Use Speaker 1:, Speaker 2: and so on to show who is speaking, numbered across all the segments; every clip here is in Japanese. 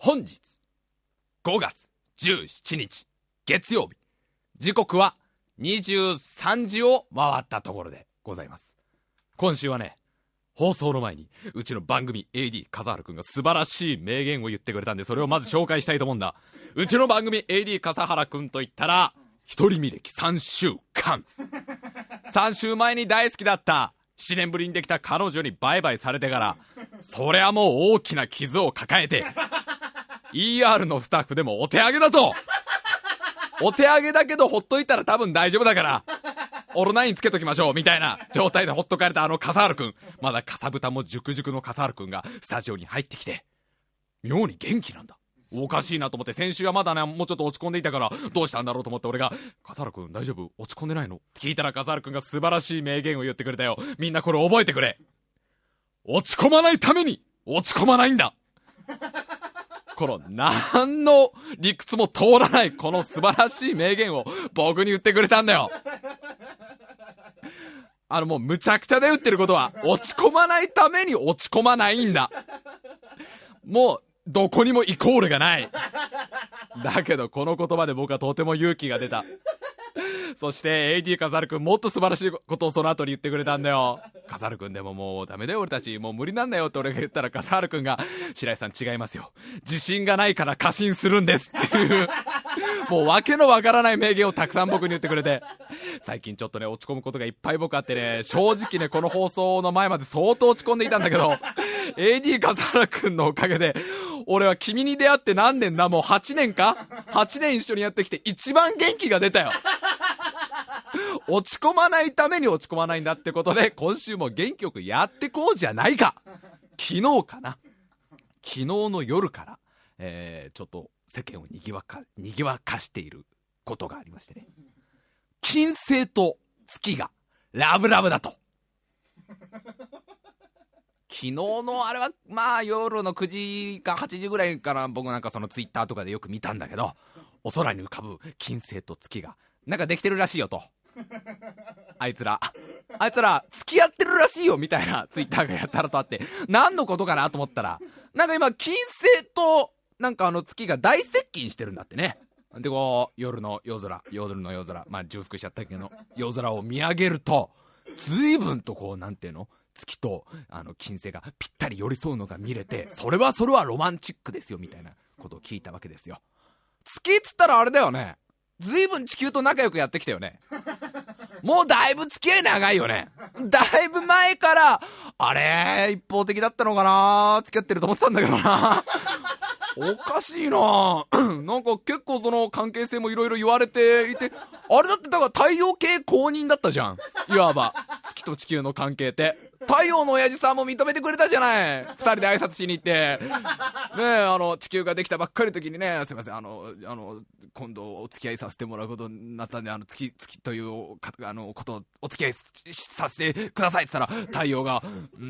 Speaker 1: 本日5月17日月曜日、時刻は23時を回ったところでございます。今週はね、放送の前にうちの番組 AD 笠原くんが素晴らしい名言を言ってくれたんで、それをまず紹介したいと思うんだ。うちの番組 AD 笠原くんといったら、一人見歴3週間3週前に大好きだった7年ぶりにできた彼女にバイバイされてから、そりゃもう大きな傷を抱えてER のスタッフでもお手上げだと、お手上げだけどほっといたら多分大丈夫だからオロナインつけときましょうみたいな状態でほっとかれたあの笠原くん、まだかさぶたも熟々の笠原くんがスタジオに入ってきて、妙に元気なんだ。おかしいなと思って、先週はまだねもうちょっと落ち込んでいたからどうしたんだろうと思って、俺が笠原くん大丈夫、落ち込んでないのって聞いたら、笠原くんが素晴らしい名言を言ってくれたよ。みんなこれ覚えてくれ。落ち込まないために落ち込まないんだ。この何の理屈も通らないこの素晴らしい名言を僕に言ってくれたんだよ。もうむちゃくちゃで言ってることは、落ち込まないために落ち込まないんだ。もうどこにもイコールがない。だけどこの言葉で僕はとても勇気が出た。そして AD 笠原くんもっと素晴らしいことをその後に言ってくれたんだよ。笠原くんでももうダメだよ俺たち、もう無理なんだよって俺が言ったら、笠原くんが白井さん違いますよ、自信がないから過信するんですっていうもう訳のわからない名言をたくさん僕に言ってくれて、最近ちょっとね落ち込むことがいっぱい僕あってね、正直ねこの放送の前まで相当落ち込んでいたんだけどAD 笠原くんのおかげで俺は君に出会って何年だ、もう8年か8年一緒にやってきて一番元気が出たよ。落ち込まないために落ち込まないんだってことで、今週も元気よくやってこうじゃないか。昨日かな、昨日の夜から、ちょっと世間をにぎわかしていることがありましてね、金星と月がラブラブだと。昨日のあれはまあ夜の9時か8時ぐらいから僕なんかそのツイッターとかでよく見たんだけど、お空に浮かぶ金星と月がなんかできてるらしいよと。あいつら付き合ってるらしいよみたいなツイッターがやったらとあって、何のことかなと思ったら、なんか今金星となんか月が大接近してるんだってね。でこう夜の夜空、まあ重複しちゃったけど夜空を見上げると、随分とこうなんていうの、月と金星がぴったり寄り添うのが見れて、それはロマンチックですよみたいなことを聞いたわけですよ。月っつったらあれだよね、ずいぶん地球と仲良くやってきたよね。もうだいぶ付き合い長いよね。だいぶ前からあれ一方的だったのかな、付き合ってると思ってたんだけどな。おかしいな。なんか結構その関係性もいろいろ言われていて、あれだってだから太陽系公認だったじゃん、いわば月と地球の関係って。太陽の親父さんも認めてくれたじゃない、2人で挨拶しに行ってねえ、地球ができたばっかりの時にね、すいません今度お付き合いさせてもらうことになったんで、月ということをお付き合いさせてくださいって言ったら、太陽が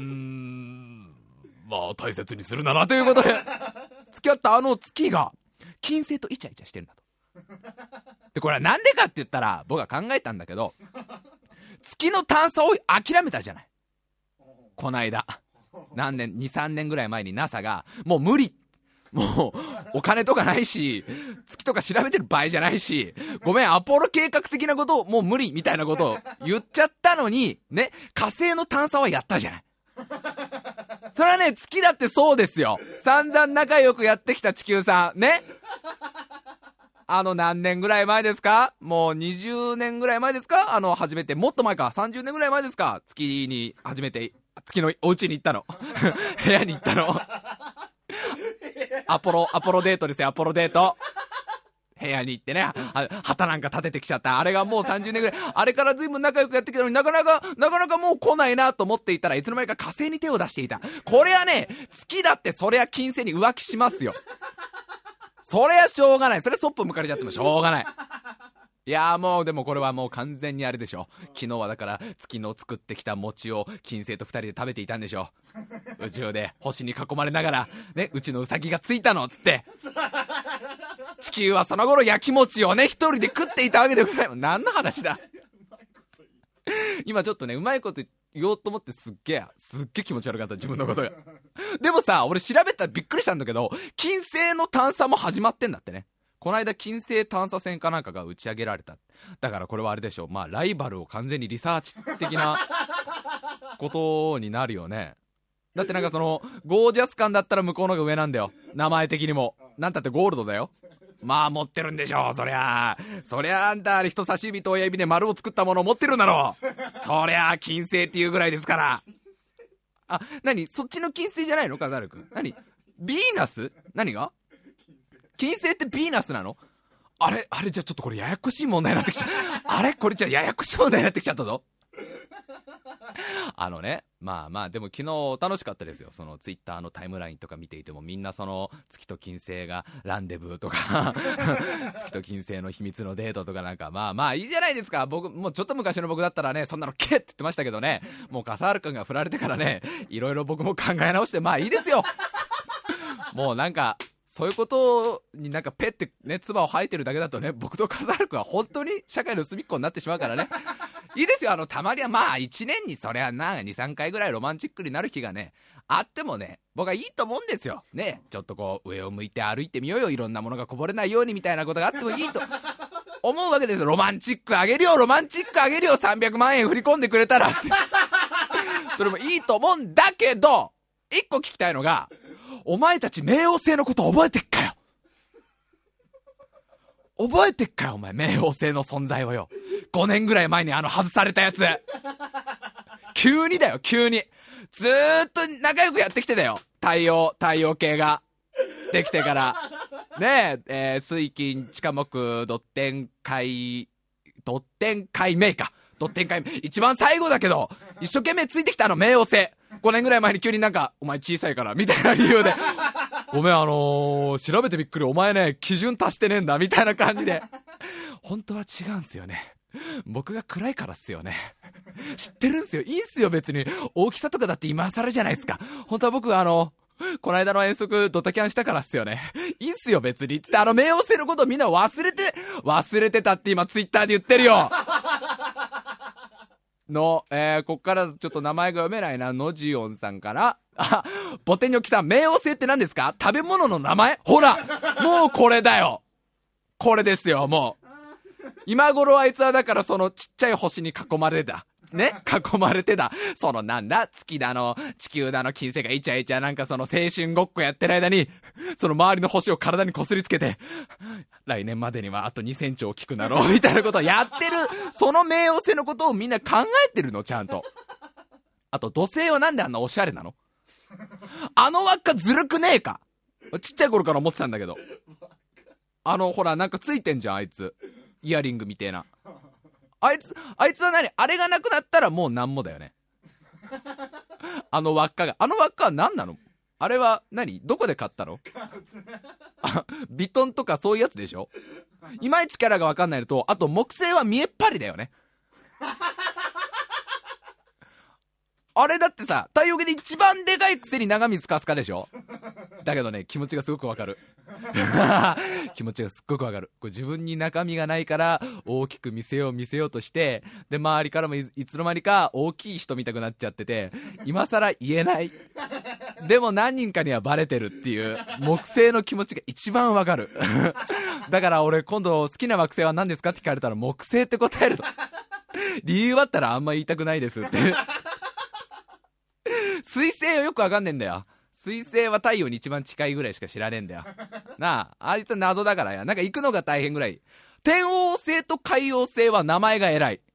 Speaker 1: まあ大切にするならということで付き合った月が金星とイチャイチャしてるんだと。でこれはなんでかって言ったら、僕は考えたんだけど、月の探査を諦めたじゃない、こないだ何年 2,3 年ぐらい前に NASA がもう無理、もうお金とかないし月とか調べてる場合じゃないし、ごめんアポロ計画的なことをもう無理みたいなことを言っちゃったのにね、火星の探査はやったじゃない。それはね、月だってそうですよ。散々仲良くやってきた地球さんね、何年ぐらい前ですか、もう20年ぐらい前ですか、初めて、もっと前か30年ぐらい前ですか、月に初めて月のお家に行ったの部屋に行ったのアポロデートですよ、アポロデート。部屋に行ってね、旗なんか立ててきちゃった。あれがもう30年ぐらい、あれからずいぶん仲良くやってきたのになかなかもう来ないなと思っていたら、いつの間にか火星に手を出していた。これはね、月だってそれは金星に浮気しますよ。それはしょうがない。それそっぽ向かれちゃってもしょうがない。いやもうでもこれはもう完全にあれでしょ。昨日はだから月の作ってきた餅を金星と2人で食べていたんでしょ。宇宙で星に囲まれながらね、うちのウサギがついたのっつって、地球はその頃焼き餅をね一人で食っていたわけでございます。何の話だ。今ちょっとねうまいこと言っ言おうと思ってすっげえ気持ち悪かった自分のことがでもさ、俺調べたらびっくりしたんだけど、金星の探査も始まってんだってね。この間金星探査船かなんかが打ち上げられた。だからこれはあれでしょう、まあライバルを完全にリサーチ的なことになるよね。だってなんかそのゴージャス感だったら向こうのが上なんだよ、名前的にも。なんたってゴールドだよ。まあ持ってるんでしょう、そりゃあんた人差し指と親指で丸を作ったものを持ってるんだろうそりゃ金星っていうぐらいですから。あ、何そっちの金星じゃないの、カザル君。何ヴィーナス？何が金星ってヴィーナスなの？あれじゃあちょっとこれややこしい問題になってきちゃうこれじゃあややこしい問題になってきちゃったぞまあでも昨日楽しかったですよ。そのツイッターのタイムラインとか見ていても、みんなその月と金星がランデブーとか月と金星の秘密のデートとかなんか、まあいいじゃないですか。僕もうちょっと昔の僕だったらね、そんなのけって言ってましたけどね、もう笠原君が振られてからね、いろいろ僕も考え直して、まあいいですよもうなんかそういうことになんかペってね、唾を吐いてるだけだとね、僕と笠原君は本当に社会の隅っこになってしまうからねいいですよ。たまにはまあ1年にそれはな 2,3 回ぐらいロマンチックになる日がねあってもね、僕はいいと思うんですよね。ちょっとこう上を向いて歩いてみようよ、いろんなものがこぼれないようにみたいなことがあってもいいと思うわけですよ。ロマンチックあげるよ300万円振り込んでくれたらってそれもいいと思うんだけど、一個聞きたいのが、お前たち冥王星のこと覚えてっかよお前冥王星の存在をよ。5年ぐらい前に外されたやつ急にずーっと仲良くやってきてだよ、太陽系ができてからねえ、水金地下木ドッテン海明一番最後だけど一生懸命ついてきた冥王星。5年ぐらい前に急になんかお前小さいからみたいな理由でごめん調べてびっくり、お前ね基準足してねえんだみたいな感じで本当は違うんすよね、僕が暗いからっすよね知ってるんすよ。いいっすよ別に、大きさとかだって今更じゃないですか。本当は僕この間の遠足ドタキャンしたからっすよね。いいっすよ別にって冥王星のことをみんな忘れてたって今ツイッターで言ってるよの、こっからちょっと名前が読めないな。のじおんさんから、ボテニョキさん、冥王星って何ですか？食べ物の名前？ほらもうこれだよ、これですよ。もう今頃あいつはだからそのちっちゃい星に囲まれてたそのなんだ月だの地球だの金星がイチャイチャなんかその青春ごっこやってる間に、その周りの星を体にこすりつけて、来年までにはあと2センチ大きくなろうみたいなことをやってるその冥王星のことをみんな考えてるのちゃんと。あと土星はなんであんなおしゃれなの？輪っかずるくねえか。ちっちゃい頃から思ってたんだけど、ほらなんかついてんじゃんあいつ、イヤリングみてえな。あいつは何？あれがなくなったらもうなんもだよね輪っかは何なの？あれは何？どこで買ったの？ビトンとかそういうやつでしょ。いまいちキャラが分かんないのと、あと木星は見えっ張りだよねあれだってさ、太陽系で一番でかいくせに長見スカスカでしょ。だけどね、気持ちがすごくわかる気持ちがすっごくわかる。これ自分に中身がないから大きく見せようとして、で周りからも いつの間にか大きい人見たくなっちゃってて、今更言えないでも何人かにはバレてるっていう木星の気持ちが一番わかるだから俺今度好きな惑星は何ですかって聞かれたら木星って答えると理由あったらあんま言いたくないですって水星はよくわかんねえんだよ。水星は太陽に一番近いぐらいしか知らねえんだよなあ。あいつは謎だからや、なんか行くのが大変ぐらい。天王星と海王星は名前が偉い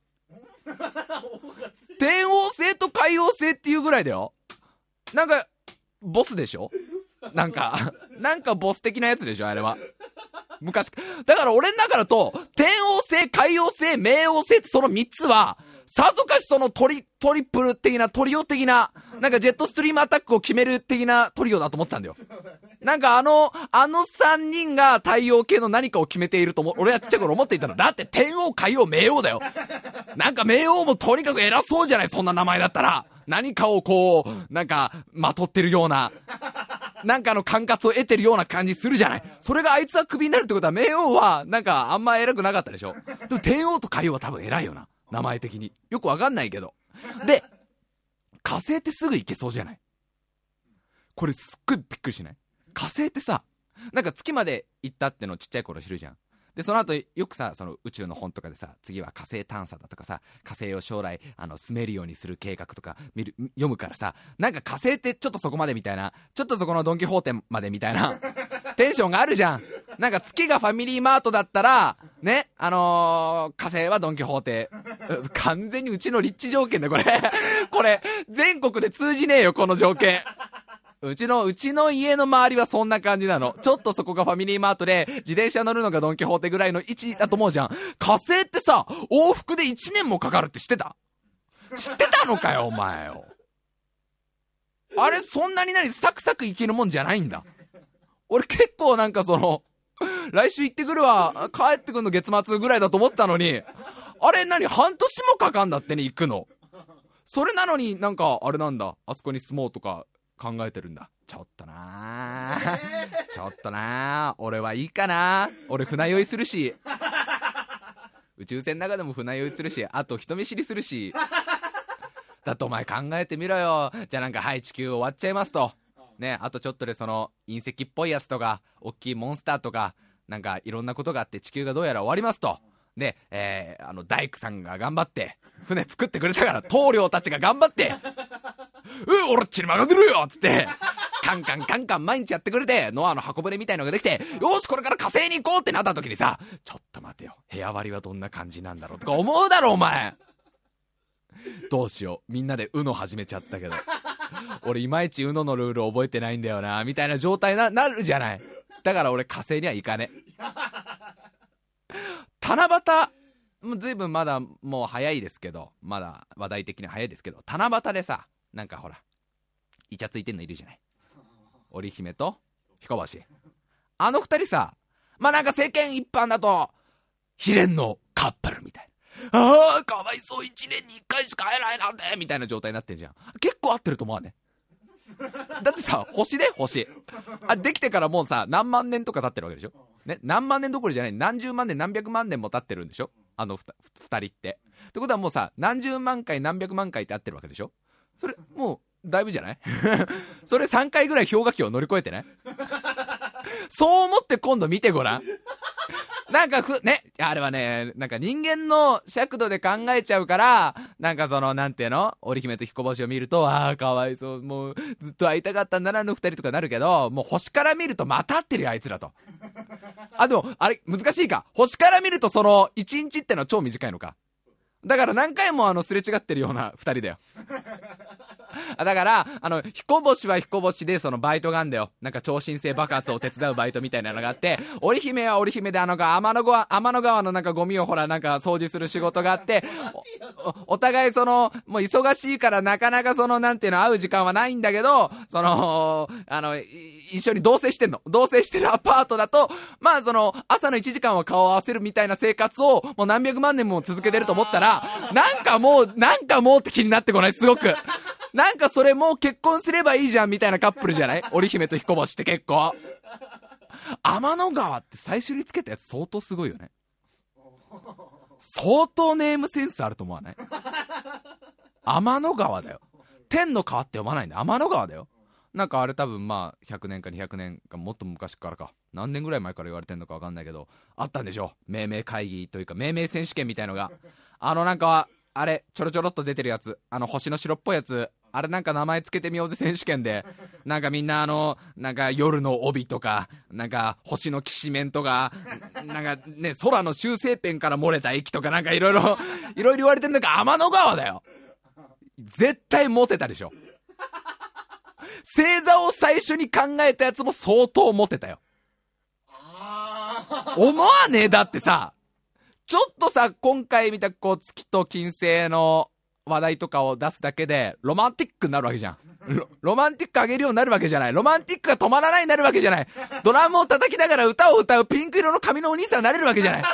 Speaker 1: 天王星と海王星っていうぐらいだよ。なんかボスでしょ。なんかボス的なやつでしょあれは。昔だから俺の中だと天王星、海王星、冥王星ってその3つはさぞかしそのトリプル的なトリオ的な、なんかジェットストリームアタックを決める的なトリオだと思ってたんだよ。なんか3人が太陽系の何かを決めていると俺はちっちゃい頃思っていたの。だって天王、海王、冥王だよ。なんか冥王もとにかく偉そうじゃない、そんな名前だったら。何かをこうなんかまとってるような、なんか管轄を得てるような感じするじゃない。それがあいつはクビになるってことは冥王はなんかあんま偉くなかったでしょ。でも天王と海王は多分偉いよな、名前的に。よくわかんないけど。で火星ってすぐ行けそうじゃない？これすっごいびっくりしない？火星ってさ、なんか月まで行ったってのちっちゃい頃知るじゃん。でその後よくさ、その宇宙の本とかでさ、次は火星探査だとかさ、火星を将来住めるようにする計画とか読むからさ、なんか火星ってちょっとそこまでみたいな、ちょっとそこのドンキホーテまでみたいなテンションがあるじゃん。なんか月がファミリーマートだったらね、火星はドンキホーテ。完全にうちの立地条件だこれこれ全国で通じねえよこの条件。うちの家の周りはそんな感じなの。ちょっとそこがファミリーマートで、自転車乗るのがドンキホーテぐらいの位置だと思うじゃん。火星ってさ、往復で1年もかかるって知ってたのかよお前よ。あれそんなにサクサク行けるもんじゃないんだ。俺結構なんか来週行ってくるわ、帰ってくるの月末ぐらいだと思ったのに、あれ半年もかかんだってね、行くの。それなのになんかあれなんだ、あそこに住もうとか考えてるんだ。ちょっとな俺はいいかな。俺船酔いするし、宇宙船の中でも船酔いするし、あと人見知りするし。だってお前考えてみろよ。じゃあなんかはい地球終わっちゃいますとね、あとちょっとでその隕石っぽいやつとか大きいモンスターとかなんかいろんなことがあって地球がどうやら終わりますと。で、大工さんが頑張って船作ってくれたから、棟梁たちが頑張って俺っちに任せるよっつってカンカン毎日やってくれて、ノアの箱舟みたいのができて、よしこれから火星に行こうってなった時にさ、ちょっと待てよ、部屋割りはどんな感じなんだろうとか思うだろお前。どうしよう、みんなで UNO 始めちゃったけど俺いまいち UNO のルール覚えてないんだよなみたいな状態なるじゃない。だから俺火星には行かねえ。七夕ずいぶんまだもう早いですけど、まだ話題的に早いですけど、七夕でさ、なんかほらイチャついてんのいるじゃない。織姫と彦星、あの二人さ、まあなんか世間一般だと悲恋のカップルみたいな、あーかわいそう、1年に1回しか会えないなんてみたいな状態になってんじゃん。結構合ってると思わね。だってさ、星できてからもうさ何万年とか経ってるわけでしょ、ね、何万年どころじゃない、何十万年何百万年も経ってるんでしょ、あの二人って。ってことはもうさ、何十万回何百万回って合ってるわけでしょ。それもうだいぶじゃないそれ3回ぐらい氷河期を乗り越えてねそう思って今度見てごらん。なんかね、あれはね、なんか人間の尺度で考えちゃうから、なんかなんていうの、織姫と彦星を見ると、ああかわいそう、もうずっと会いたかったんだなあの二人とかなるけど、もう星から見るとまた会ってるよあいつらと。あ、でもあれ難しいか、星から見ると1日ってのは超短いのか。だから何回もすれ違ってるような二人だよだから彦星は彦星でそのバイトがあんだよ。なんか超新星爆発を手伝うバイトみたいなのがあって、織姫は織姫で天の川のなんかゴミをほらなんか掃除する仕事があって、お互いもう忙しいからなかなかなんていうの会う時間はないんだけど、一緒に同棲してるアパートだと、まあ朝の1時間は顔を合わせるみたいな生活をもう何百万年も続けてると思ったら、なんかもうって気になってこない？すごくなんかそれもう結婚すればいいじゃんみたいなカップルじゃない？織姫と彦星って結構。天の川って最初につけたやつ相当すごいよね。相当ネームセンスあると思わない？天の川だよ。天の川って読まないんだ。天の川だよ。なんかあれ多分まあ100年か200年かもっと昔からか、何年ぐらい前から言われてんのか分かんないけど、あったんでしょ、命名会議というか命名選手権みたいのが。なんかあれちょろちょろっと出てるやつ、星の白っぽいやつ、あれなんか名前つけてみようぜ選手権で、なんかみんななんか夜の帯とか、なんか星のきしめんとか、なんかね空の修正ペンから漏れた液とか、なんかいろいろ言われてんだから天の川だよ。絶対モテたでしょ。星座を最初に考えたやつも相当モテたよ。思わねえ？だってさ、ちょっとさ今回見た月と金星の話題とかを出すだけでロマンティックになるわけじゃん。ロマンティックあげるようになるわけじゃない。ロマンティックが止まらないになるわけじゃない。ドラムを叩きながら歌を歌うピンク色の髪のお兄さんになれるわけじゃない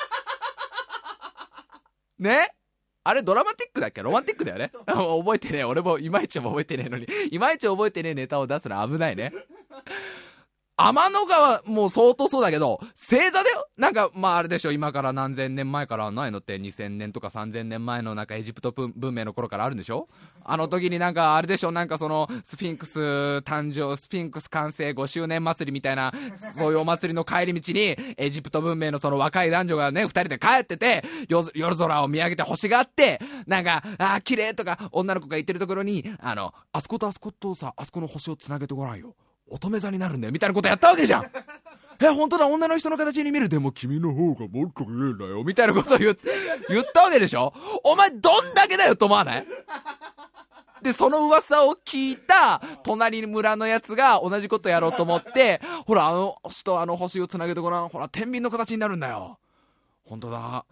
Speaker 1: ね。あれドラマティックだっけ、ロマンティックだよね覚えてねえ、俺もいまいち覚えてねえのに、いまいち覚えてねえネタを出すのは危ないね。 天の川も相当そうだけど、星座だよ。なんか、まああれでしょ、今から何千年前からないのって2000年とか3000年前のなんかエジプト文明の頃からあるんでしょ。あの時になんかあれでしょ、なんかそのスフィンクス誕生、スフィンクス完成5周年祭りみたいな、そういうお祭りの帰り道にエジプト文明のその若い男女がね、2人で帰ってて、夜空を見上げて星があって、なんか、綺麗とか女の子が言ってるところに、あそことあそことさ、あそこの星をつなげてごらんよ。乙女座になるんだよみたいなことやったわけじゃん。本当だ、女の人の形に見る。でも君の方がもっと綺麗だよみたいなことを言ったわけでしょ。お前どんだけだよと思わない？でその噂を聞いた隣村のやつが同じことやろうと思って、ほらあの星とあの星をつなげてごらん、ほら天秤の形になるんだよ。本当だ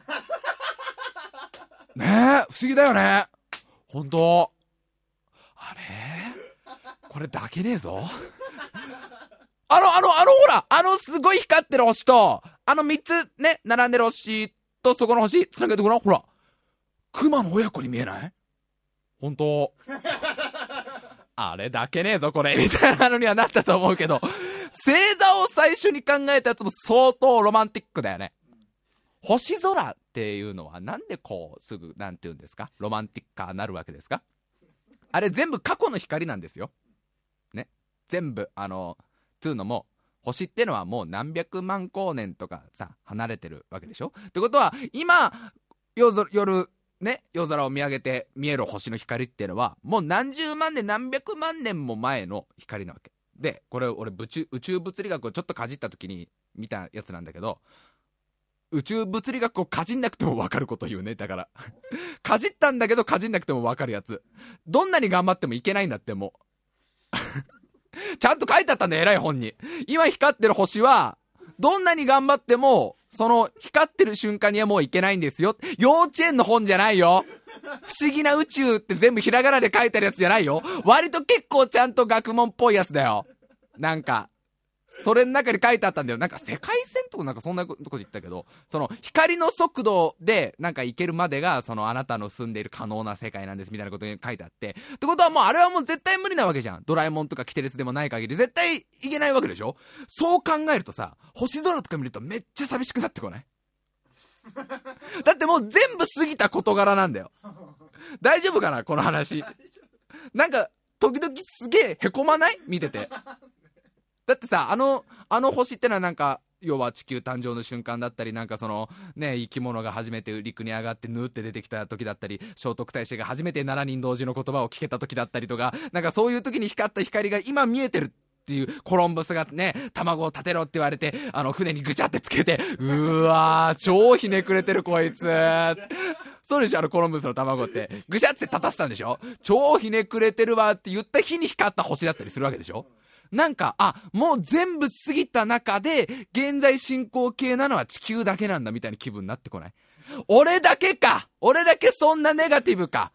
Speaker 1: ねえ、不思議だよね。本当。あれこれだけねえぞ。ほら、すごい光ってる星と、3つね、並んでる星と、そこの星、つなげてごらん。ほら、熊の親子に見えない？本当。あれだけねえぞ、これ。みたいなのにはなったと思うけど、星座を最初に考えたやつも相当ロマンティックだよね。星空っていうのは、なんでこう、すぐ、なんて言うんですか？ロマンティッカーなるわけですか？あれ全部過去の光なんですよ。ね。全部、というのも、星ってのはもう何百万光年とかさ、離れてるわけでしょ。ってことは、今、夜、ね、夜空を見上げて見える星の光っていうのは、もう何十万年、何百万年も前の光なわけ。で、これ俺宇宙物理学をちょっとかじった時に見たやつなんだけど、宇宙物理学をかじんなくても分かること言うね。だからかじったんだけどかじんなくても分かるやつ。どんなに頑張ってもいけないんだって。もうちゃんと書いてあったんだよ、偉い本に。今光ってる星はどんなに頑張ってもその光ってる瞬間にはもういけないんですよ。幼稚園の本じゃないよ。不思議な宇宙って全部ひらがなで書いてあるやつじゃないよ。割と結構ちゃんと学問っぽいやつだよ。なんかそれの中に書いてあったんだよ。なんか世界線とかなんかそんなこと言ったけど、その光の速度でなんか行けるまでがそのあなたの住んでいる可能な世界なんですみたいなことに書いてあって、ってことはもうあれはもう絶対無理なわけじゃん。ドラえもんとかキテレツでもない限り絶対いけないわけでしょ。そう考えるとさ、星空とか見るとめっちゃ寂しくなってこない？だってもう全部過ぎた事柄なんだよ。大丈夫かなこの話。なんか時々すげえへこまない？見てて。だってさ、あの星ってのはなんか要は地球誕生の瞬間だったり、なんかそのね、生き物が初めて陸に上がってヌーって出てきた時だったり、聖徳太子が初めて7人同時の言葉を聞けた時だったりとか、なんかそういう時に光った光が今見えてるっていう。コロンブスがね、卵を立てろって言われて船にぐちゃってつけて、うわー超ひねくれてるこいつ。そうでしょ、コロンブスの卵ってぐちゃって立たせたんでしょ。超ひねくれてるわって言った日に光った星だったりするわけでしょ。なんかもう全部過ぎた中で現在進行形なのは地球だけなんだみたいな気分になってこない？俺だけそんなネガティブか。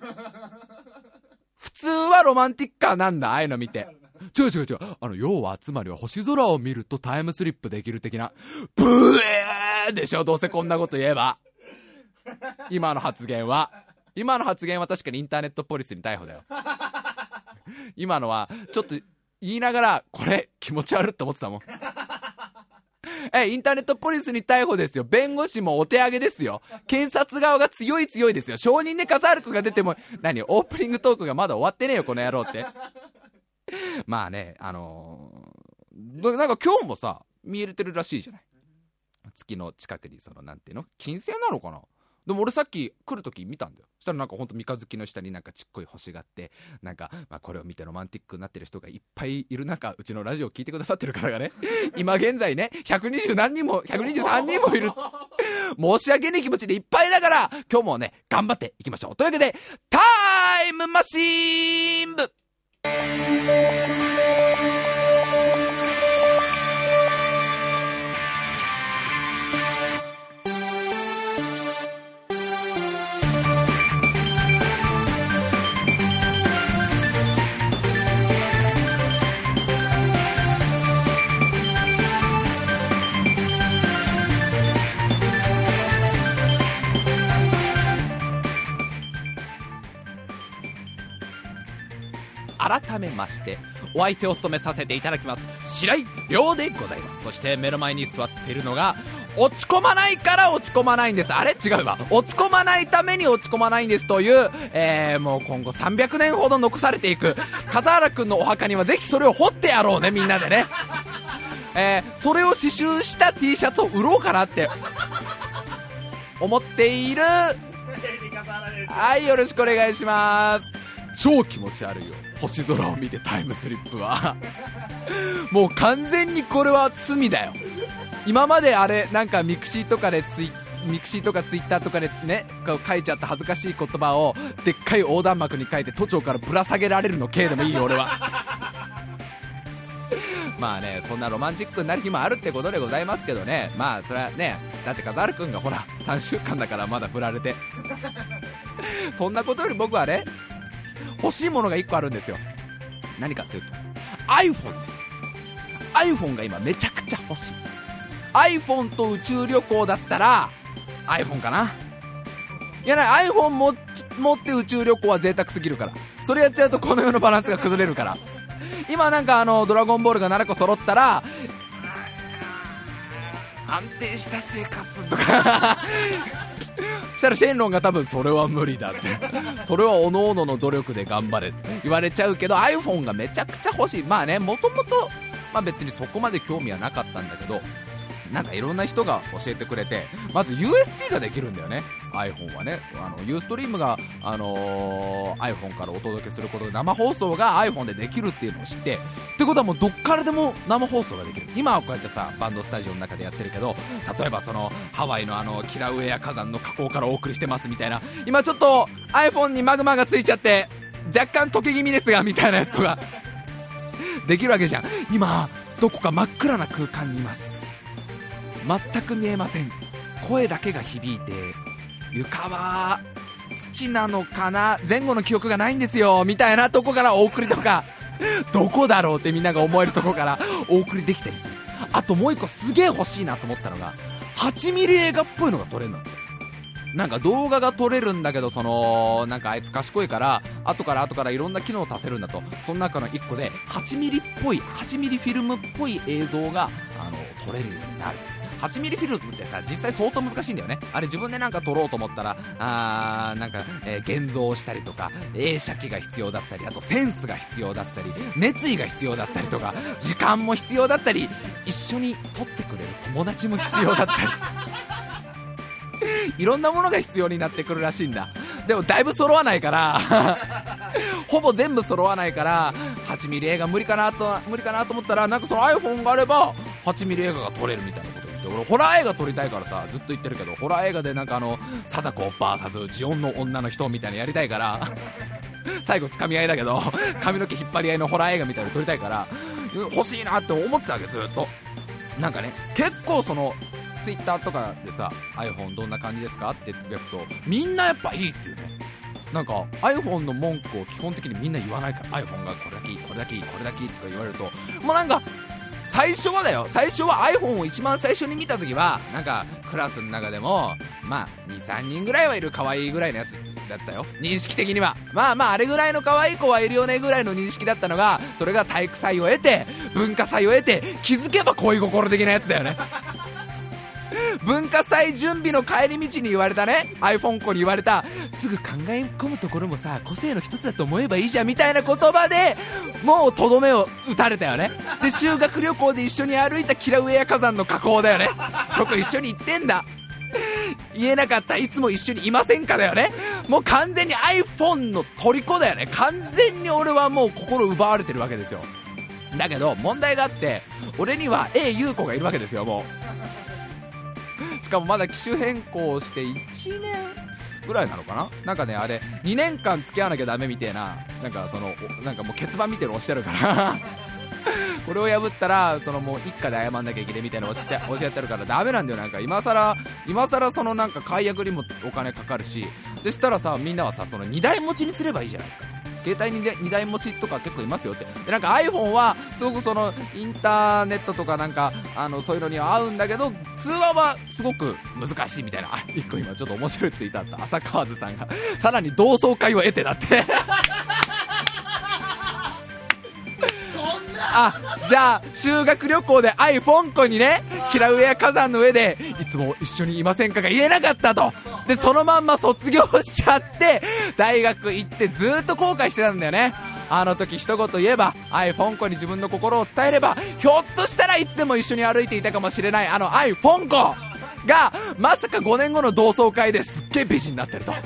Speaker 1: 普通はロマンティッカーなんだ、ああいうの見て。違う要はつまりは星空を見るとタイムスリップできる的な。ブエーでしょ、どうせこんなこと言えば。今の発言は確かにインターネットポリスに逮捕だよ。今のはちょっと言いながらこれ気持ち悪いって思ってたもん。インターネットポリスに逮捕ですよ。弁護士もお手上げですよ。検察側が強いですよ。証人でカザール君が出ても何、オープニングトークがまだ終わってねえよこの野郎って。まあね、なんか今日もさ見えてるらしいじゃない。月の近くにそのなんていうの、金星なのかな。でも俺さっき来るとき見たんだよ。そしたらなんかほんと三日月の下になんかちっこい星があって、なんか、まあ、これを見てロマンティックになってる人がいっぱいいる中、うちのラジオを聞いてくださってる方がね、今現在ね120何人も123人もいる。申し訳ない気持ちでいっぱいだから、今日もね頑張っていきましょう。というわけでタイムマシーン部。 改めましてお相手を務めさせていただきます白井亮でございます。そして目の前に座っているのが落ち込まないから落ち込まないんです。あれ違うわ、落ち込まないために落ち込まないんですという、もう今後300年ほど残されていく笠原くんのお墓にはぜひそれを掘ってやろうね、みんなでね。それを刺繍した T シャツを売ろうかなって思っている。はい、よろしくお願いします。超気持ち悪いよ、星空を見てタイムスリップはもう完全にこれは罪だよ。今まであれなんかミクシーとかツイッターとかでね書いちゃった恥ずかしい言葉をでっかい横断幕に書いて都庁からぶら下げられるの系でもいいよ俺はまあね、そんなロマンチックになる日もあるってことでございますけどね。まあそれはね、だって笠原くんがほら3週間だからまだ振られてそんなことより僕はね欲しいものが1個あるんですよ。何かっていうと iPhone です。 iPhone が今めちゃくちゃ欲しい。 iPhone と宇宙旅行だったら iPhone かな。いやない iPhone 持って宇宙旅行は贅沢すぎるから、それやっちゃうとこの世のバランスが崩れるから。今なんかドラゴンボールが7個揃ったら安定した生活とかしたらシェンロンが多分それは無理だってそれは各々の努力で頑張れって言われちゃうけど iPhone がめちゃくちゃ欲しい。まあね、もともと別にそこまで興味はなかったんだけど、なんかいろんな人が教えてくれて、まず UST ができるんだよね iPhone はね。ユーストリームが、iPhone からお届けすることで生放送が iPhone でできるっていうのを知って、ってことはもうどっからでも生放送ができる。今はこうやってさバンドスタジオの中でやってるけど、例えばそのハワイのキラウエア火山の火口からお送りしてますみたいな、今ちょっと iPhone にマグマがついちゃって若干溶け気味ですがみたいなやつとかできるわけじゃん。今どこか真っ暗な空間にいます。全く見えません。声だけが響いて、床は土なのかな、前後の記憶がないんですよみたいなとこからお送りとかどこだろうってみんなが思えるとこからお送りできたりする。あともう一個すげえ欲しいなと思ったのが8ミリ映画っぽいのが撮れるんだって。なんか動画が撮れるんだけど、そのなんかあいつ賢いから後からいろんな機能を足せるんだと。その中の1個で8ミリっぽい8ミリフィルムっぽい映像が撮れるようになる。8ミリフィルムってさ実際相当難しいんだよね。あれ自分でなんか撮ろうと思ったらなんか、現像したりとか映写機が必要だったり、あとセンスが必要だったり熱意が必要だったりとか時間も必要だったり、一緒に撮ってくれる友達も必要だったりいろんなものが必要になってくるらしいんだ。でもだいぶ揃わないからほぼ全部揃わないから8ミリ映画無理かなと思ったら、なんかその iPhone があれば8ミリ映画が撮れるみたいなこと言って、俺ホラー映画撮りたいからさずっと言ってるけど、ホラー映画でなんか貞子 VS ジオンの女の人みたいなのやりたいから最後つかみ合いだけど髪の毛引っ張り合いのホラー映画みたいなの撮りたいから欲しいなって思ってたわけずっと。なんかね結構そのツイッターとかでさ iPhone どんな感じですかってつぶやくとみんなやっぱいいっていうね。なんか iPhone の文句を基本的にみんな言わないから iPhone がこれだけいいこれだけいいこれだけいいとか言われると、もうなんか最初は iPhone を一番最初に見た時はなんかクラスの中でもまあ 2,3 人ぐらいはいる可愛いぐらいのやつだったよ、認識的には。まああれぐらいの可愛い子はいるよねぐらいの認識だったのが、それが体育祭を得て文化祭を得て気づけば恋心的なやつだよね文化祭準備の帰り道に言われたね iPhone 子に言われた、すぐ考え込むところもさ個性の一つだと思えばいいじゃんみたいな言葉でもうとどめを打たれたよね。で修学旅行で一緒に歩いたキラウエア火山の火口だよねそこ一緒に行ってんだ。言えなかったいつも一緒にいませんかだよね。もう完全に iPhone の虜だよね。完全に俺はもう心奪われてるわけですよ。だけど問題があって、俺には A 優子がいるわけですよ。もうしかもまだ機種変更して1年ぐらいなのかな。なんかねあれ2年間付き合わなきゃダメみたいな、なんかそのなんかもう欠番見てるの押してあるからこれを破ったらそのもう一家で謝んなきゃいけないみたいな教えてあるからダメなんだよ。なんか今さらそのなんか解約にもお金かかるし、でしたらさみんなはさその2台持ちにすればいいじゃないですか。携帯に2台持ちとか結構いますよって。でなんか iPhone はすごくそのインターネットとかなんかそういうのには合うんだけど通話はすごく難しいみたいな。1個今ちょっと面白いツイートあった。浅川津さんがさらに同窓会を得てだってじゃあ修学旅行で愛フォンコにね、キラウエア火山の上でいつも一緒にいませんかが言えなかったと。でそのまんま卒業しちゃって大学行ってずっと後悔してたんだよね。あの時一言言えば、愛フォンコに自分の心を伝えれば、ひょっとしたらいつでも一緒に歩いていたかもしれないあの愛フォンコがまさか5年後の同窓会ですっげえ美人になってると。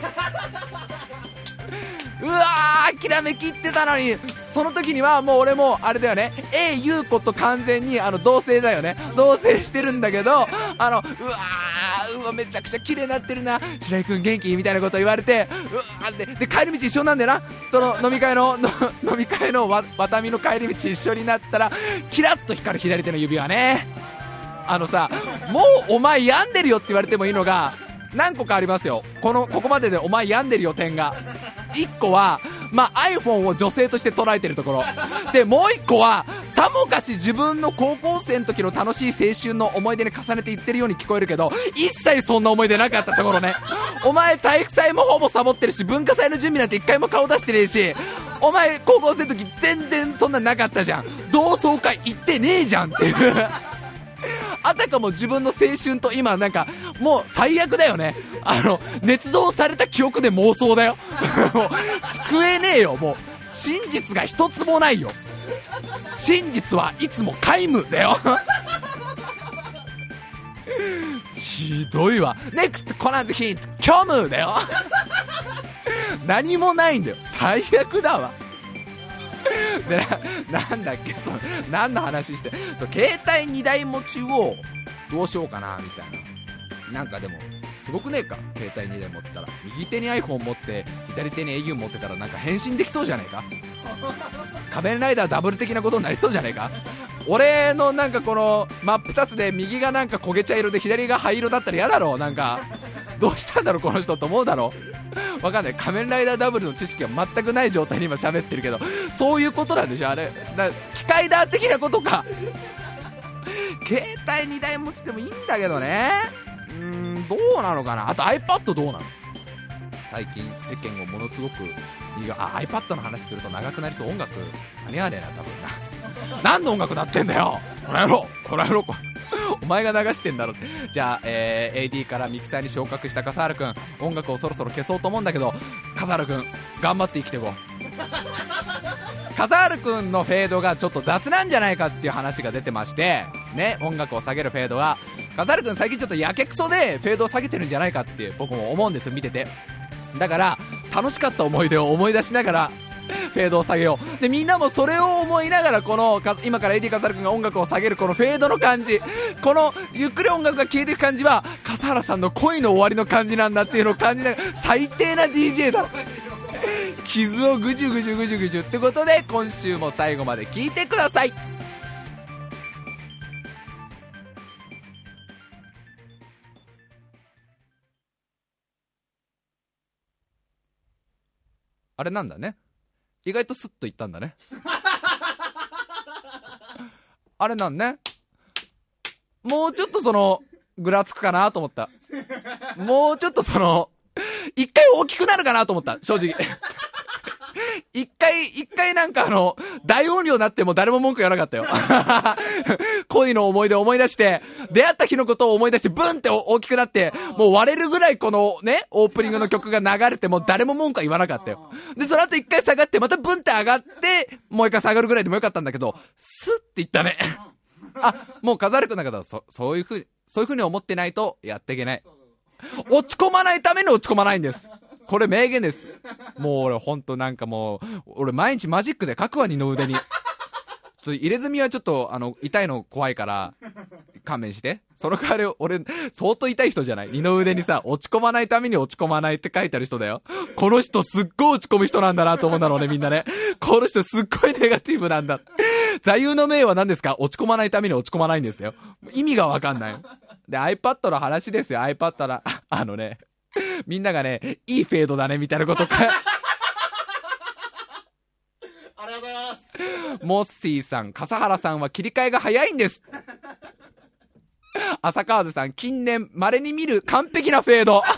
Speaker 1: うわー諦めきってたのに、その時にはもう俺もあれだよね、優子と完全に同棲だよね、同棲してるんだけど、うわめちゃくちゃ綺麗になってるな、白井くん元気みたいなこと言われて、で帰り道一緒なんだよな、その飲み会のワタミの帰り道一緒になったら、キラッと光る左手の指輪ね、さ、もうお前病んでるよって言われてもいいのが何個かありますよ。ここまででお前病んでるよ点が1個は、iPhone を女性として捉えてるところで、もう1個はさもかし自分の高校生の時の楽しい青春の思い出に重ねて言ってるように聞こえるけど、一切そんな思い出なかったところね。お前体育祭もほぼサボってるし、文化祭の準備なんて1回も顔出してねえし、お前高校生の時全然そんななかったじゃん、同窓会行ってねえじゃんっていうあたかも自分の青春と今なんかもう最悪だよね。捏造された記憶で妄想だよもう救えねえよ、もう真実が一つもないよ。真実はいつも皆無だよひどいわ。 NEXT コナンズヒント虚無だよ何もないんだよ、最悪だわでなんだっけ、何の話して、携帯2台持ちをどうしようかなみたいな。なんかでもすごくねえか、携帯2台持ってたら、右手に iPhone 持って左手に au 持ってたらなんか変身できそうじゃねえか仮面ライダーダブル的なことになりそうじゃねえか。俺のなんかこの真っ二つで右がなんか焦げ茶色で左が灰色だったら嫌だろう。なんかどうしたんだろうこの人と思うだろう。わかんない、仮面ライダーダブルの知識は全くない状態に今喋ってるけど、そういうことなんでしょあれ。機械だ的なことか携帯2台持ちでもいいんだけどね。どうなのかな。あと iPad どうなの。最近世間をものすごくiPad の話すると長くなりそう。音楽間に合わねえな多分な何の音楽なってんだよこの野郎お前が流してんだろって。じゃあ、AD からミキサーに昇格した笠原くん、音楽をそろそろ消そうと思うんだけど、笠原くん頑張って生きていこう笠原くんのフェードがちょっと雑なんじゃないかっていう話が出てましてね、音楽を下げるフェードが。笠原くん最近ちょっとやけくそでフェードを下げてるんじゃないかって僕も思うんですよ、見てて。だから楽しかった思い出を思い出しながらフェードを下げよう。でみんなもそれを思いながら、この今から AD 笠原くんが音楽を下げるこのフェードの感じ、このゆっくり音楽が消えていく感じは笠原さんの恋の終わりの感じなんだっていうのを感じながら、最低な DJ だ傷をぐじゅぐじゅぐじゅぐじゅってことで、今週も最後まで聞いてください。あれなんだね、意外とスッといったんだねあれなんね、もうちょっとぐらつくかなと思った。もうちょっと一回大きくなるかなと思った正直一回なんか大音量になっても誰も文句言わなかったよ恋の思い出を思い出して、出会った日のことを思い出してブンって大きくなって、もう割れるぐらいこのねオープニングの曲が流れても誰も文句は言わなかったよ。でその後一回下がってまたブンって上がってもう一回下がるぐらいでもよかったんだけど、スッっていったねもう飾るくんだけど、そういう風に思ってないとやっていけない。落ち込まないために落ち込まないんです。これ名言です。もう俺ほんとなんかもう俺毎日マジックで書くわ、二の腕に。ちょっと入れ墨はちょっと痛いの怖いから勘弁して。その代わり俺相当痛い人じゃない。二の腕にさ、落ち込まないために落ち込まないって書いてある人だよ。この人すっごい落ち込む人なんだなと思うんだろうね、みんなね。この人すっごいネガティブなんだ。座右の銘は何ですか。落ち込まないために落ち込まないんですよ。意味がわかんない。で iPad の話ですよ。 iPad のみんながね、いいフェードだねみたいなことか
Speaker 2: ありがとうございます。
Speaker 1: モッシーさん、笠原さんは切り替えが早いんです浅川津さん、近年稀に見る完璧なフェード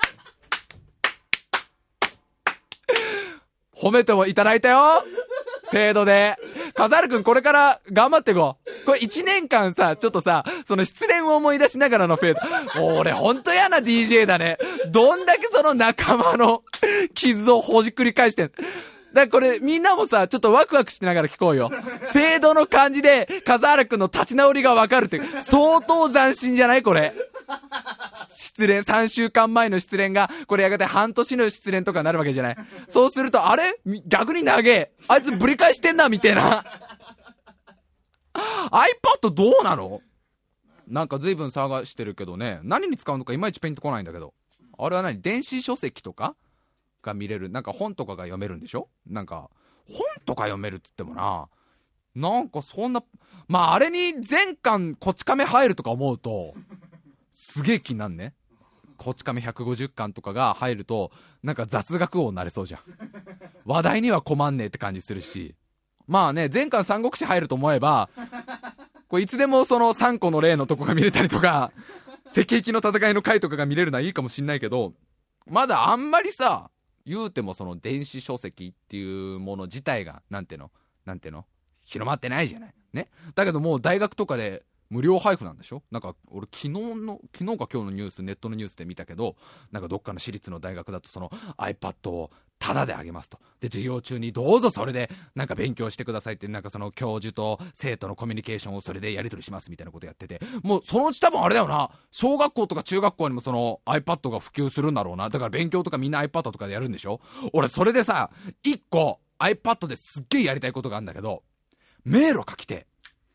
Speaker 1: 褒めてもいただいたよ。フフェードで。笠原くんこれから頑張っていこう。これ1年間さ、ちょっとさ、その失恋を思い出しながらのフェード。もう俺ほんと嫌な DJ だね。どんだけその仲間の傷をほじくり返してん。だからこれみんなもさ、ちょっとワクワクしながら聞こうよ。フェードの感じで、笠原くんの立ち直りがわかるって、相当斬新じゃないこれ。失恋、3週間前の失恋が、これやがて半年の失恋とかになるわけじゃない。そうすると、あれ逆に長え。あいつぶり返してんな、みたいな。iPad どうなの？なんか随分探してるけどね。何に使うのかいまいちピンとこないんだけど。あれは何？電子書籍とかが見れる。なんか本とかが読めるんでしょ？なんか、本とか読めるって言ってもな。なんかそんな、まああれに全巻こち亀入るとか思うと、すげえ気になんね。こち亀150巻とかが入るとなんか雑学王になれそうじゃん。話題には困んねえって感じするし、まあね、全巻三国志入ると思えばこれいつでもその3個の例のとこが見れたりとか、赤壁の戦いの回とかが見れるのはいいかもしんないけど、まだあんまりさ、言うてもその電子書籍っていうもの自体がなんての広まってないじゃないね。だけどもう大学とかで無料配布なんでしょ。なんか俺昨日か今日のニュース、ネットのニュースで見たけど、なんかどっかの私立の大学だとその iPad をタダであげますと。で授業中にどうぞそれでなんか勉強してくださいって、なんかその教授と生徒のコミュニケーションをそれでやり取りしますみたいなことやってて、もうそのうち多分あれだよな、小学校とか中学校にもその iPad が普及するんだろうな。だから勉強とかみんな iPad とかでやるんでしょ。俺それでさ、一個 iPad ですっげえやりたいことがあるんだけど、迷路書きて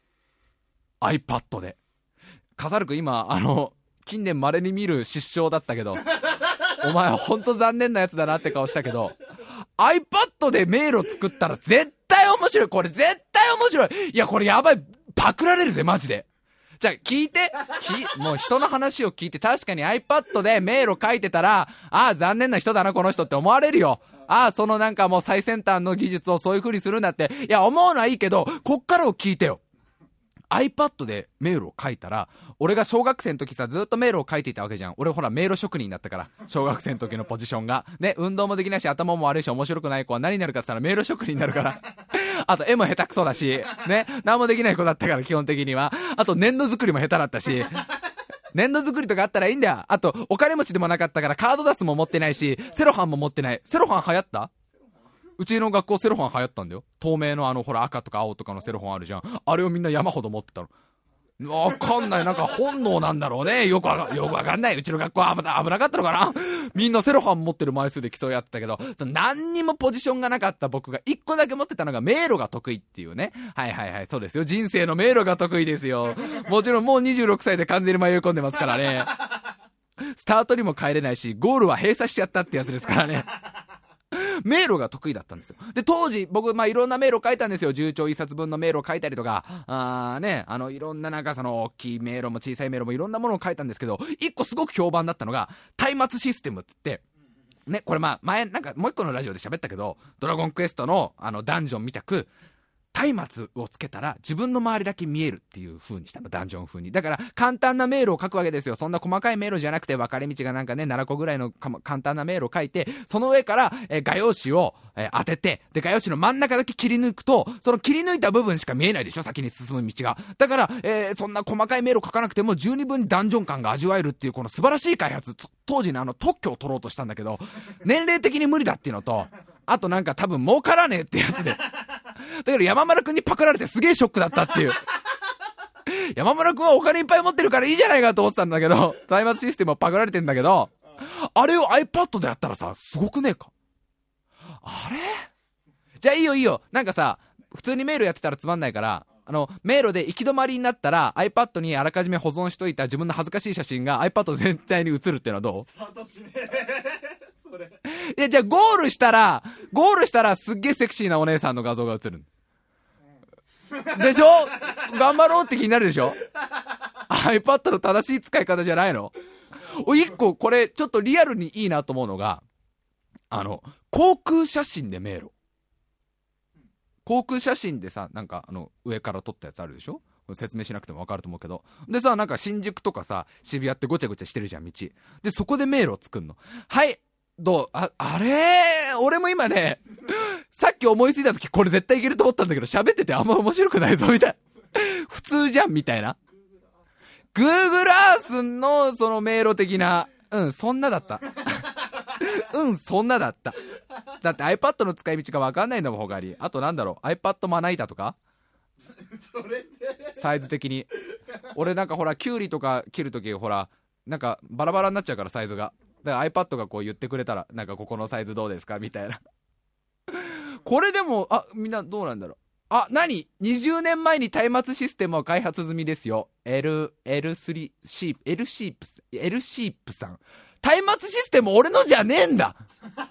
Speaker 1: iPad で。笠原くん今近年稀に見る失笑だったけどお前ほんと残念なやつだなって顔したけど、 iPad で迷路作ったら絶対面白い。これ絶対面白い。いやこれやばい、パクられるぜマジで。じゃあ聞いて、もう人の話を聞いて、確かに iPad で迷路書いてたら、ああ残念な人だなこの人って思われるよ。ああそのなんかもう最先端の技術をそういう風にするんだって、いや思うのはいいけど、こっからを聞いてよ。iPad で迷路を書いたら、俺が小学生の時さ、ずっと迷路を書いていたわけじゃん。俺ほら迷路職人だったから、小学生の時のポジションがね、運動もできないし頭も悪いし面白くない子は何になるかって言ったら迷路職人になるからあと絵も下手くそだしね、何もできない子だったから基本的には。あと粘土作りも下手だったし粘土作りとかあったらいいんだよ。あとお金持ちでもなかったからカードダスも持ってないし、セロハンも持ってない。セロハン流行った？うちの学校セロハン流行ったんだよ。透明のほら赤とか青とかのセロハンあるじゃん。あれをみんな山ほど持ってたの。わかんない、なんか本能なんだろうね。よくわかんない。うちの学校は危なかったのかな。みんなセロハン持ってる枚数で競い合ってたけど、何にもポジションがなかった僕が一個だけ持ってたのが迷路が得意っていうね。はいはいはい、そうですよ。人生の迷路が得意ですよ。もちろんもう26歳で完全に迷い込んでますからね。スタートにも帰れないし、ゴールは閉鎖しちゃったってやつですからね。迷路が得意だったんですよ。で当時僕いろんな迷路書いたんですよ。10兆1冊分の迷路を書いたりとか、いろんななんかその大きい迷路も小さい迷路もいろんなものを書いたんですけど、一個すごく評判だったのが松明システムっつってね、これ前なんかもう一個のラジオで喋ったけど、ドラゴンクエストのダンジョンみたく松明をつけたら自分の周りだけ見えるっていう風にしたの、ダンジョン風に。だから簡単な迷路を書くわけですよ。そんな細かい迷路じゃなくて分かれ道がなんかね7個ぐらいの簡単な迷路を書いて、その上から画用紙を当てて、で画用紙の真ん中だけ切り抜くと、その切り抜いた部分しか見えないでしょ、先に進む道が。だから、そんな細かい迷路書かなくても十二分にダンジョン感が味わえるっていうこの素晴らしい開発。当時の特許を取ろうとしたんだけど年齢的に無理だっていうのと、あとなんか多分儲からねえってやつでだけど山村くんにパクられてすげえショックだったっていう。山村くんはお金いっぱい持ってるからいいじゃないかと思ってたんだけど、松明システムはパクられてんだけど、あれを iPad でやったらさ、すごくねえか。あれじゃあいいよ。なんかさ、普通にメールやってたらつまんないから、迷路で行き止まりになったら iPad にあらかじめ保存しといた自分の恥ずかしい写真が iPad 全体に映るっていうのはどう？いやじゃあゴールしたらすっげえセクシーなお姉さんの画像が映るでしょ。頑張ろうって気になるでしょ。 iPad の正しい使い方じゃないの。一個これちょっとリアルにいいなと思うのが、航空写真で迷路。航空写真でさ、なんか上から撮ったやつあるでしょ。説明しなくても分かると思うけど、でさ、なんか新宿とかさ渋谷ってごちゃごちゃしてるじゃん道で、そこで迷路を作んの。はい、どう？あれ俺も今ねさっき思いついた時これ絶対いけると思ったんだけど、喋っててあんま面白くないぞみたいな。普通じゃんみたいな。Google Earth のその迷路的な、そんなだった。そんなだった。だって iPad の使い道が分かんないんだもん、他に。あとなんだろう、iPad まな板とかサイズ的に。俺なんかほら、キュウリとか切るときほら、なんかバラバラになっちゃうからサイズが。だから iPad がこう言ってくれたら、なんかここのサイズどうですかみたいな。これでも、みんなどうなんだろう。何 ?20 年前に松明システムを開発済みですよ。L3 シープさん。松明システム俺のじゃねえんだ。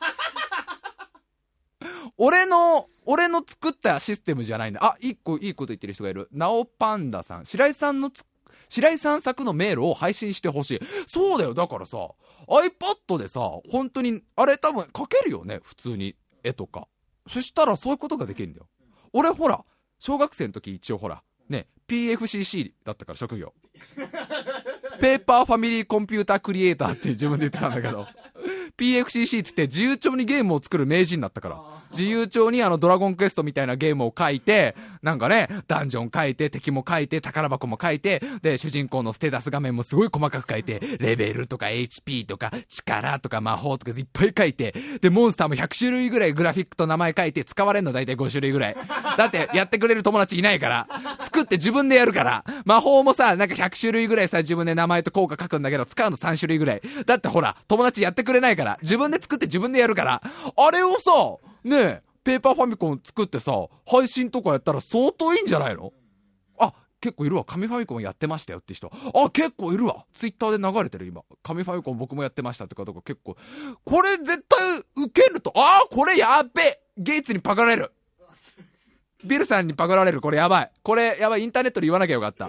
Speaker 1: 俺の作ったシステムじゃないんだ。一個いいこと言ってる人がいる。ナオパンダさん。白井さん作の迷路を配信してほしい。そうだよ。だからさ、iPad でさ、本当に、あれ多分描けるよね。普通に絵とか。そしたらそういうことができるんだよ。俺ほら、小学生の時一応ほら、ね、PFCC だったから職業。ペーパーファミリーコンピュータークリエイターって自分で言ってたんだけど、PFCC って言って自由帳にゲームを作る名人だったから、自由帳にドラゴンクエストみたいなゲームを書いて、なんかね、ダンジョン書いて、敵も書いて、宝箱も書いて、で、主人公のステータス画面もすごい細かく書いて、レベルとか HP とか力とか魔法とかいっぱい書いて、で、モンスターも100種類ぐらいグラフィックと名前書いて、使われるの大体5種類ぐらい。だって、やってくれる友達いないから、作って自分でやるから、魔法もさ、なんか100種類ぐらいさ、自分で名前と効果書くんだけど、使うの3種類ぐらい。だってほら、友達やってくれないから、自分で作って自分でやるから、あれをさ、ねえ、ペーパーファミコン作ってさ、配信とかやったら相当いいんじゃないの？結構いるわ。紙ファミコンやってましたよって人。結構いるわ。ツイッターで流れてる今。紙ファミコン僕もやってましたって方が結構。これ絶対受けると、これやっべ！ゲイツにパクられる。ビルさんにパクられる。これやばい。これやばい。インターネットで言わなきゃよかった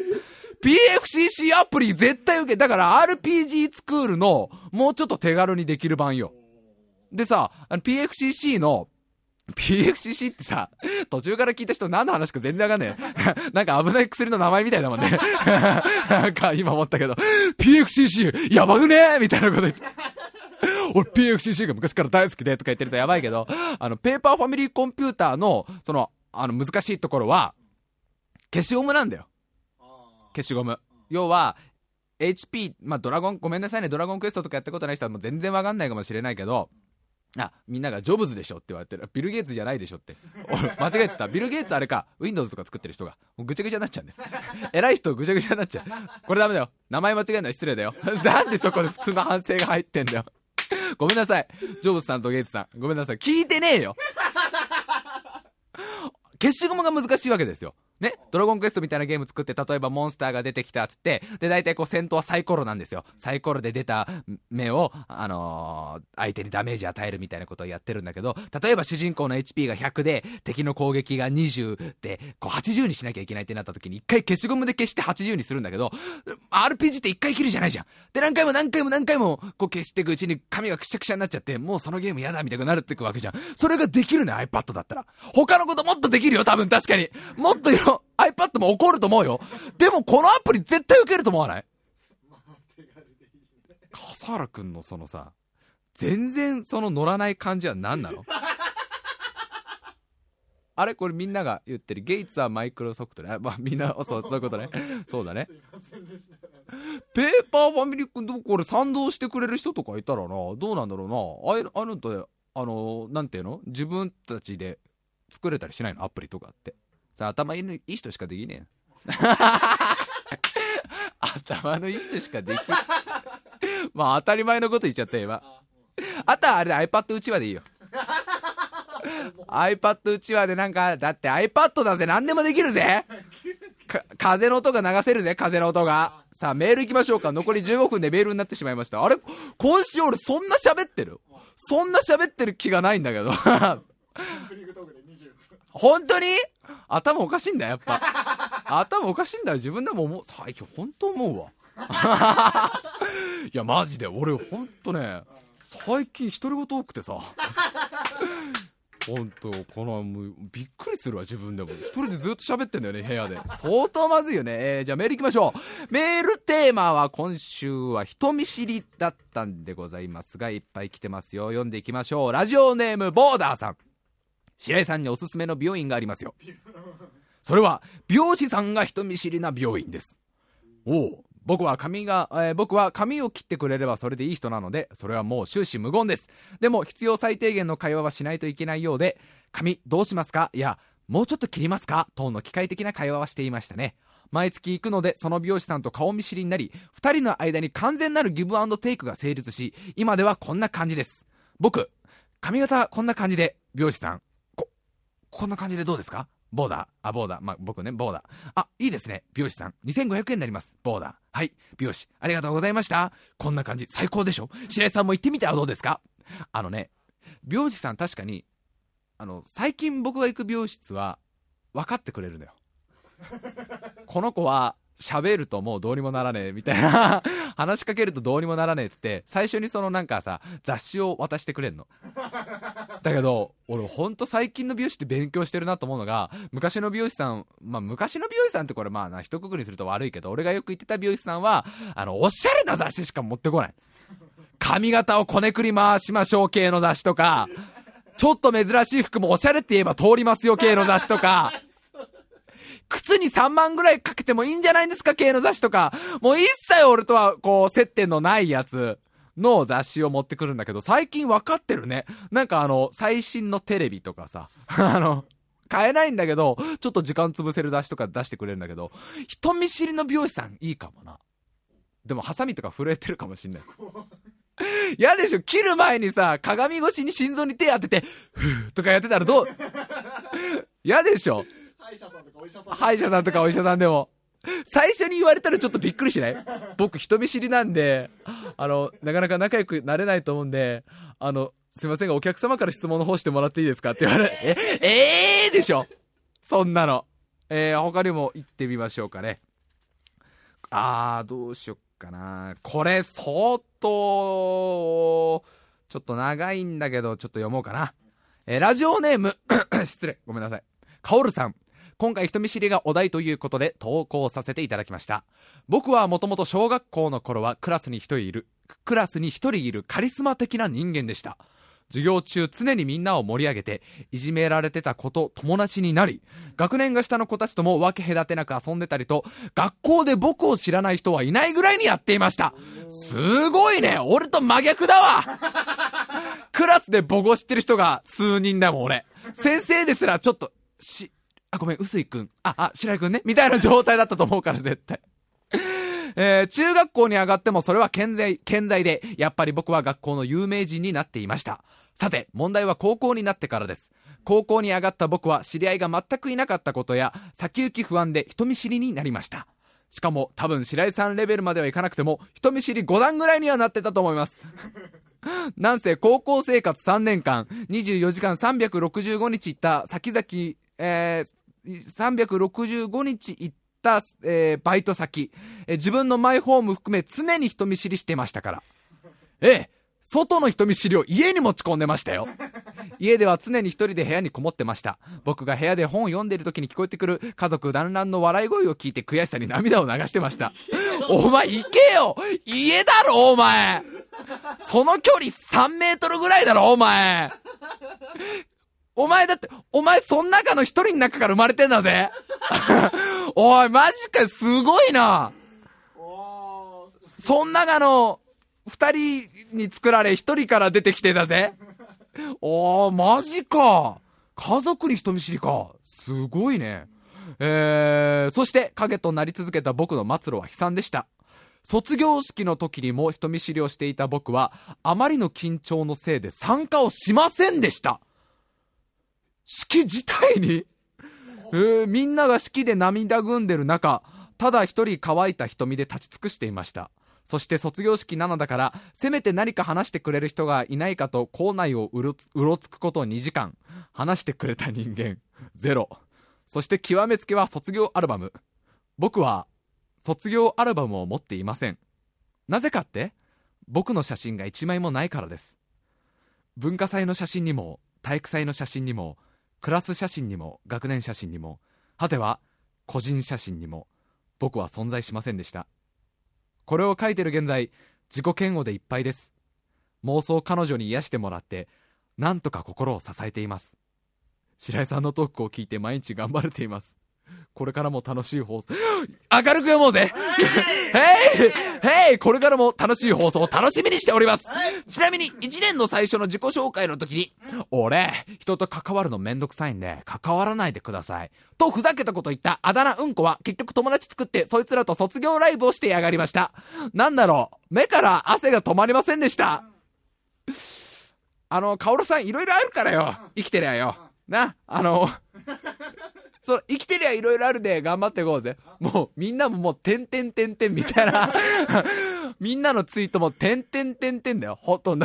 Speaker 1: 。PFCC アプリ絶対受け。だから RPG スクールのもうちょっと手軽にできる版よ。でさ、PFCC ってさ、途中から聞いた人何の話か全然わかんねえ。なんか危ない薬の名前みたいだもんね。なんか今思ったけど、PFCC やばくねみたいなこと言って。俺 PFCC が昔から大好きでとか言ってるとやばいけど、ペーパーファミリーコンピューターの、難しいところは、消しゴムなんだよ。消しゴム。要は、HP、ごめんなさいね、ドラゴンクエストとかやったことない人はもう全然わかんないかもしれないけど、みんながジョブズでしょって言われてる。ビル・ゲイツじゃないでしょって。俺、間違えてた。ビル・ゲイツあれか、Windows とか作ってる人が。もうぐちゃぐちゃになっちゃうね。偉い人ぐちゃぐちゃになっちゃう。これダメだよ。名前間違えるのは失礼だよ。なんでそこで普通の反省が入ってんだよ。ごめんなさい。ジョブズさんとゲイツさん。ごめんなさい。聞いてねえよ。消しゴムが難しいわけですよ。ね、ドラゴンクエストみたいなゲーム作って、例えばモンスターが出てきたっつって、で、大体こう戦闘はサイコロなんですよ。サイコロで出た目を、相手にダメージ与えるみたいなことをやってるんだけど、例えば主人公の HP が100で、敵の攻撃が20で、こう80にしなきゃいけないってなった時に、一回消しゴムで消して80にするんだけど、RPG って一回きりじゃないじゃん。で、何回も、こう消していくうちに紙がくしゃくしゃになっちゃって、もうそのゲーム嫌だみたいになるっていくわけじゃん。それができるね、iPad だったら。他のこともっとできるよ、多分確かに。もっとiPad も怒ると思うよ。でもこのアプリ絶対受けると思わない？笠原くんのそのさ、全然その乗らない感じは何なの？あれこれみんなが言ってるゲイツはマイクロソフトね。みんなそういうことね。そうだね。ペーパーファミリーくんこれ賛同してくれる人とかいたらな、どうなんだろうな。あのとなんていうの？自分たちで作れたりしないの？アプリとかって。さあ、頭いい人しかできねえ。頭のいい人しかできない。当たり前のこと言っちゃったよ今。あとはあれ iPad うちわでいいよ。iPad うちわでなんか、だって iPad だぜ、何でもできるぜ。風の音が流せるぜ、風の音が。さあメール行きましょうか。残り15分でメールになってしまいました。あれ今週俺そんな喋ってる気がないんだけど。本当に頭おかしいんだよやっぱ。頭おかしいんだよ自分でも思う。最近本当思うわ。いやマジで俺本当ね、最近独り言多くてさ。本当びっくりするわ自分でも。一人でずっと喋ってんだよね部屋で。相当まずいよね。じゃあメール行きましょう。メールテーマは今週は人見知りだったんでございますが、いっぱい来てますよ。読んでいきましょう。ラジオネームボーダーさん。 白井さんにおすすめの美容院がありますよ。それは美容師さんが人見知りな美容院です。僕は髪を切ってくれればそれでいい人なので、それはもう終始無言です。でも必要最低限の会話はしないといけないようで、髪どうしますか、いやもうちょっと切りますか等の機械的な会話はしていましたね。毎月行くので、その美容師さんと顔見知りになり、2人の間に完全なるギブアンドテイクが成立し、今ではこんな感じです。僕髪型こんな感じで、美容師さんこんな感じでどうですか？ボーダー、僕ね、ボーダー。いいですね。美容師さん2500円になります。ボーダー。はい、美容師ありがとうございました。こんな感じ最高でしょ。白井さんも行ってみてはどうですか？美容師さん確かに最近僕が行く美容室は分かってくれるのよ。この子は喋るともうどうにもならねえみたいな話しかけるとどうにもならねえっつって最初にそのなんかさ雑誌を渡してくれんの。だけど俺ほんと最近の美容師って勉強してるなと思うのが、昔の美容師さんってこれ一括りにすると悪いけど、俺がよく行ってた美容師さんはおしゃれな雑誌しか持ってこない。髪型をこねくり回しましょう系の雑誌とか、ちょっと珍しい服もおしゃれって言えば通りますよ系の雑誌とか、靴に3万ぐらいかけてもいいんじゃないんですか系の雑誌とか、もう一切俺とはこう接点のないやつの雑誌を持ってくるんだけど、最近分かってるね。なんか最新のテレビとかさ買えないんだけどちょっと時間潰せる雑誌とか出してくれるんだけど、人見知りの美容師さんいいかもな。でもハサミとか震えてるかもしんない。嫌でしょ。切る前にさ鏡越しに心臓に手当ててふーとかやってたらどう嫌でしょ。
Speaker 2: 歯医者さんとか
Speaker 1: お医者さんでも最初に言われたらちょっとびっくりしない？僕人見知りなんでなかなか仲良くなれないと思うんで、すいませんがお客様から質問の方してもらっていいですかって言われでしょそんなの。他にも行ってみましょうかね。どうしよっかな。これ相当ちょっと長いんだけどちょっと読もうかな。ラジオネーム失礼ごめんなさい、カオルさん。今回人見知りがお題ということで投稿させていただきました。僕はもともと小学校の頃はクラスに一人いるカリスマ的な人間でした。授業中常にみんなを盛り上げて、いじめられてた子と友達になり、学年が下の子たちとも分け隔てなく遊んでたりと、学校で僕を知らない人はいないぐらいにやっていました。すごいね、俺と真逆だわ。クラスで僕を知ってる人が数人だもん俺。先生ですらちょっとごめん、臼井くん。白井くんね。みたいな状態だったと思うから、絶対。中学校に上がってもそれは健在で、やっぱり僕は学校の有名人になっていました。さて、問題は高校になってからです。高校に上がった僕は知り合いが全くいなかったことや、先行き不安で人見知りになりました。しかも多分白井さんレベルまではいかなくても、人見知り5段ぐらいにはなってたと思います。なんせ高校生活3年間、24時間365日行った先々、365日行った、バイト先、自分のマイホーム含め常に人見知りしてましたから。外の人見知りを家に持ち込んでましたよ。家では常に一人で部屋にこもってました。僕が部屋で本を読んでいる時に聞こえてくる家族団らんの笑い声を聞いて悔しさに涙を流してました。お前行けよ、家だろお前。その距離3メートルぐらいだろお前。お前だって、お前そん中の一人の中から生まれてんだぜ。おい、マジか、すごいな。そん中の二人に作られ一人から出てきてんだぜ。マジか。家族に人見知りか。すごいね。そして影となり続けた僕の末路は悲惨でした。卒業式の時にも人見知りをしていた僕は、あまりの緊張のせいで参加をしませんでした。式自体に、みんなが式で涙ぐんでる中、ただ一人乾いた瞳で立ち尽くしていました。そして卒業式なのだから、せめて何か話してくれる人がいないかと校内をうろつくこと2時間。話してくれた人間ゼロ。そして極めつけは卒業アルバム。僕は卒業アルバムを持っていません。なぜかって、僕の写真が1枚もないからです。文化祭の写真にも体育祭の写真にもクラス写真にも学年写真にも、果ては個人写真にも僕は存在しませんでした。これを書いてる現在、自己嫌悪でいっぱいです。妄想彼女に癒してもらってなんとか心を支えています。 白井さんのトークを聞いて毎日頑張れています。これからも楽しい放送明るく読もうぜへいこれからも楽しい放送を楽しみにしております。ちなみに1年の最初の自己紹介の時に、俺人と関わるのめんどくさいんで関わらないでくださいとふざけたこと言ったあだ名うんこは結局友達作ってそいつらと卒業ライブをしてやがりました。なんだろう、目から汗が止まりませんでした。カオルさんいろいろあるからよ、生きてりゃよな、そう生きてりゃいろいろあるで頑張っていこうぜ。もうみんなももうてんてんてんてんみたいなみんなのツイートもてんてんてんてんだよほとんど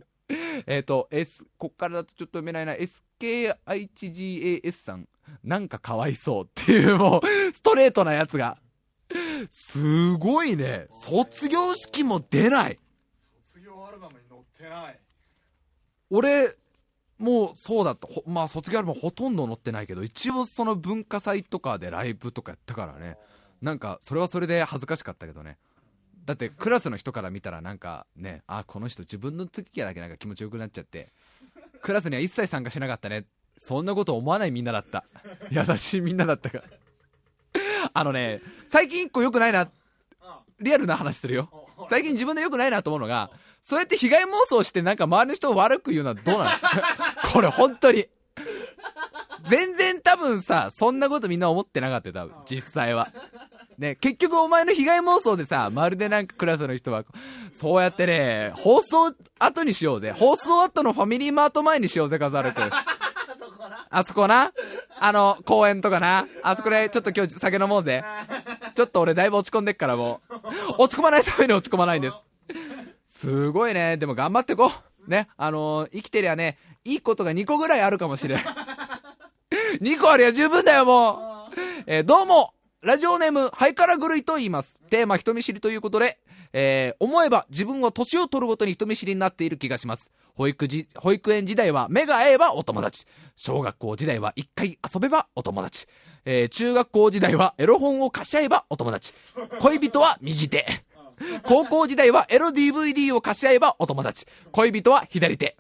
Speaker 1: こっからだとちょっと読めないな。 SKIHGAS さんなんかかわいそうっていう、もうストレートなやつがすごいね。卒業式も出ない。
Speaker 2: 卒業アルバムに載ってない。
Speaker 1: 俺もうそうだと、まあ卒業アルバムほとんど載ってないけど、一応その文化祭とかでライブとかやったからね。なんかそれはそれで恥ずかしかったけどね。だってクラスの人から見たらなんかね、あこの人自分の時だけなんか気持ちよくなっちゃってクラスには一切参加しなかったね。そんなこと思わないみんなだった。優しいみんなだったから最近一個良くないな、リアルな話するよ。最近自分で良くないなと思うのが、そうやって被害妄想してなんか周りの人を悪く言うのはどうなのこれ本当に全然多分さ、そんなことみんな思ってなかったよ多分実際はね。結局お前の被害妄想でさ、まるでなんかクラスの人はそうやってね、放送後にしようぜ。放送後のファミリーマート前にしようぜ、カザルくんあそこな、公園とかな、あそこでちょっと今日酒飲もうぜ。ちょっと俺だいぶ落ち込んでっからもう落ち込まないために落ち込まないんです。すごいね。でも頑張ってこうね。生きてりゃね、いいことが2個ぐらいあるかもしれん2個ありゃ十分だよもう。どうもラジオネームハイカラ狂いと言います。テーマ人見知りということで、思えば自分は年を取るごとに人見知りになっている気がします。保育園時代は目が合えばお友達、小学校時代は一回遊べばお友達、中学校時代はエロ本を貸し合えばお友達、恋人は右手、高校時代はエロ DVD を貸し合えばお友達、恋人は左手、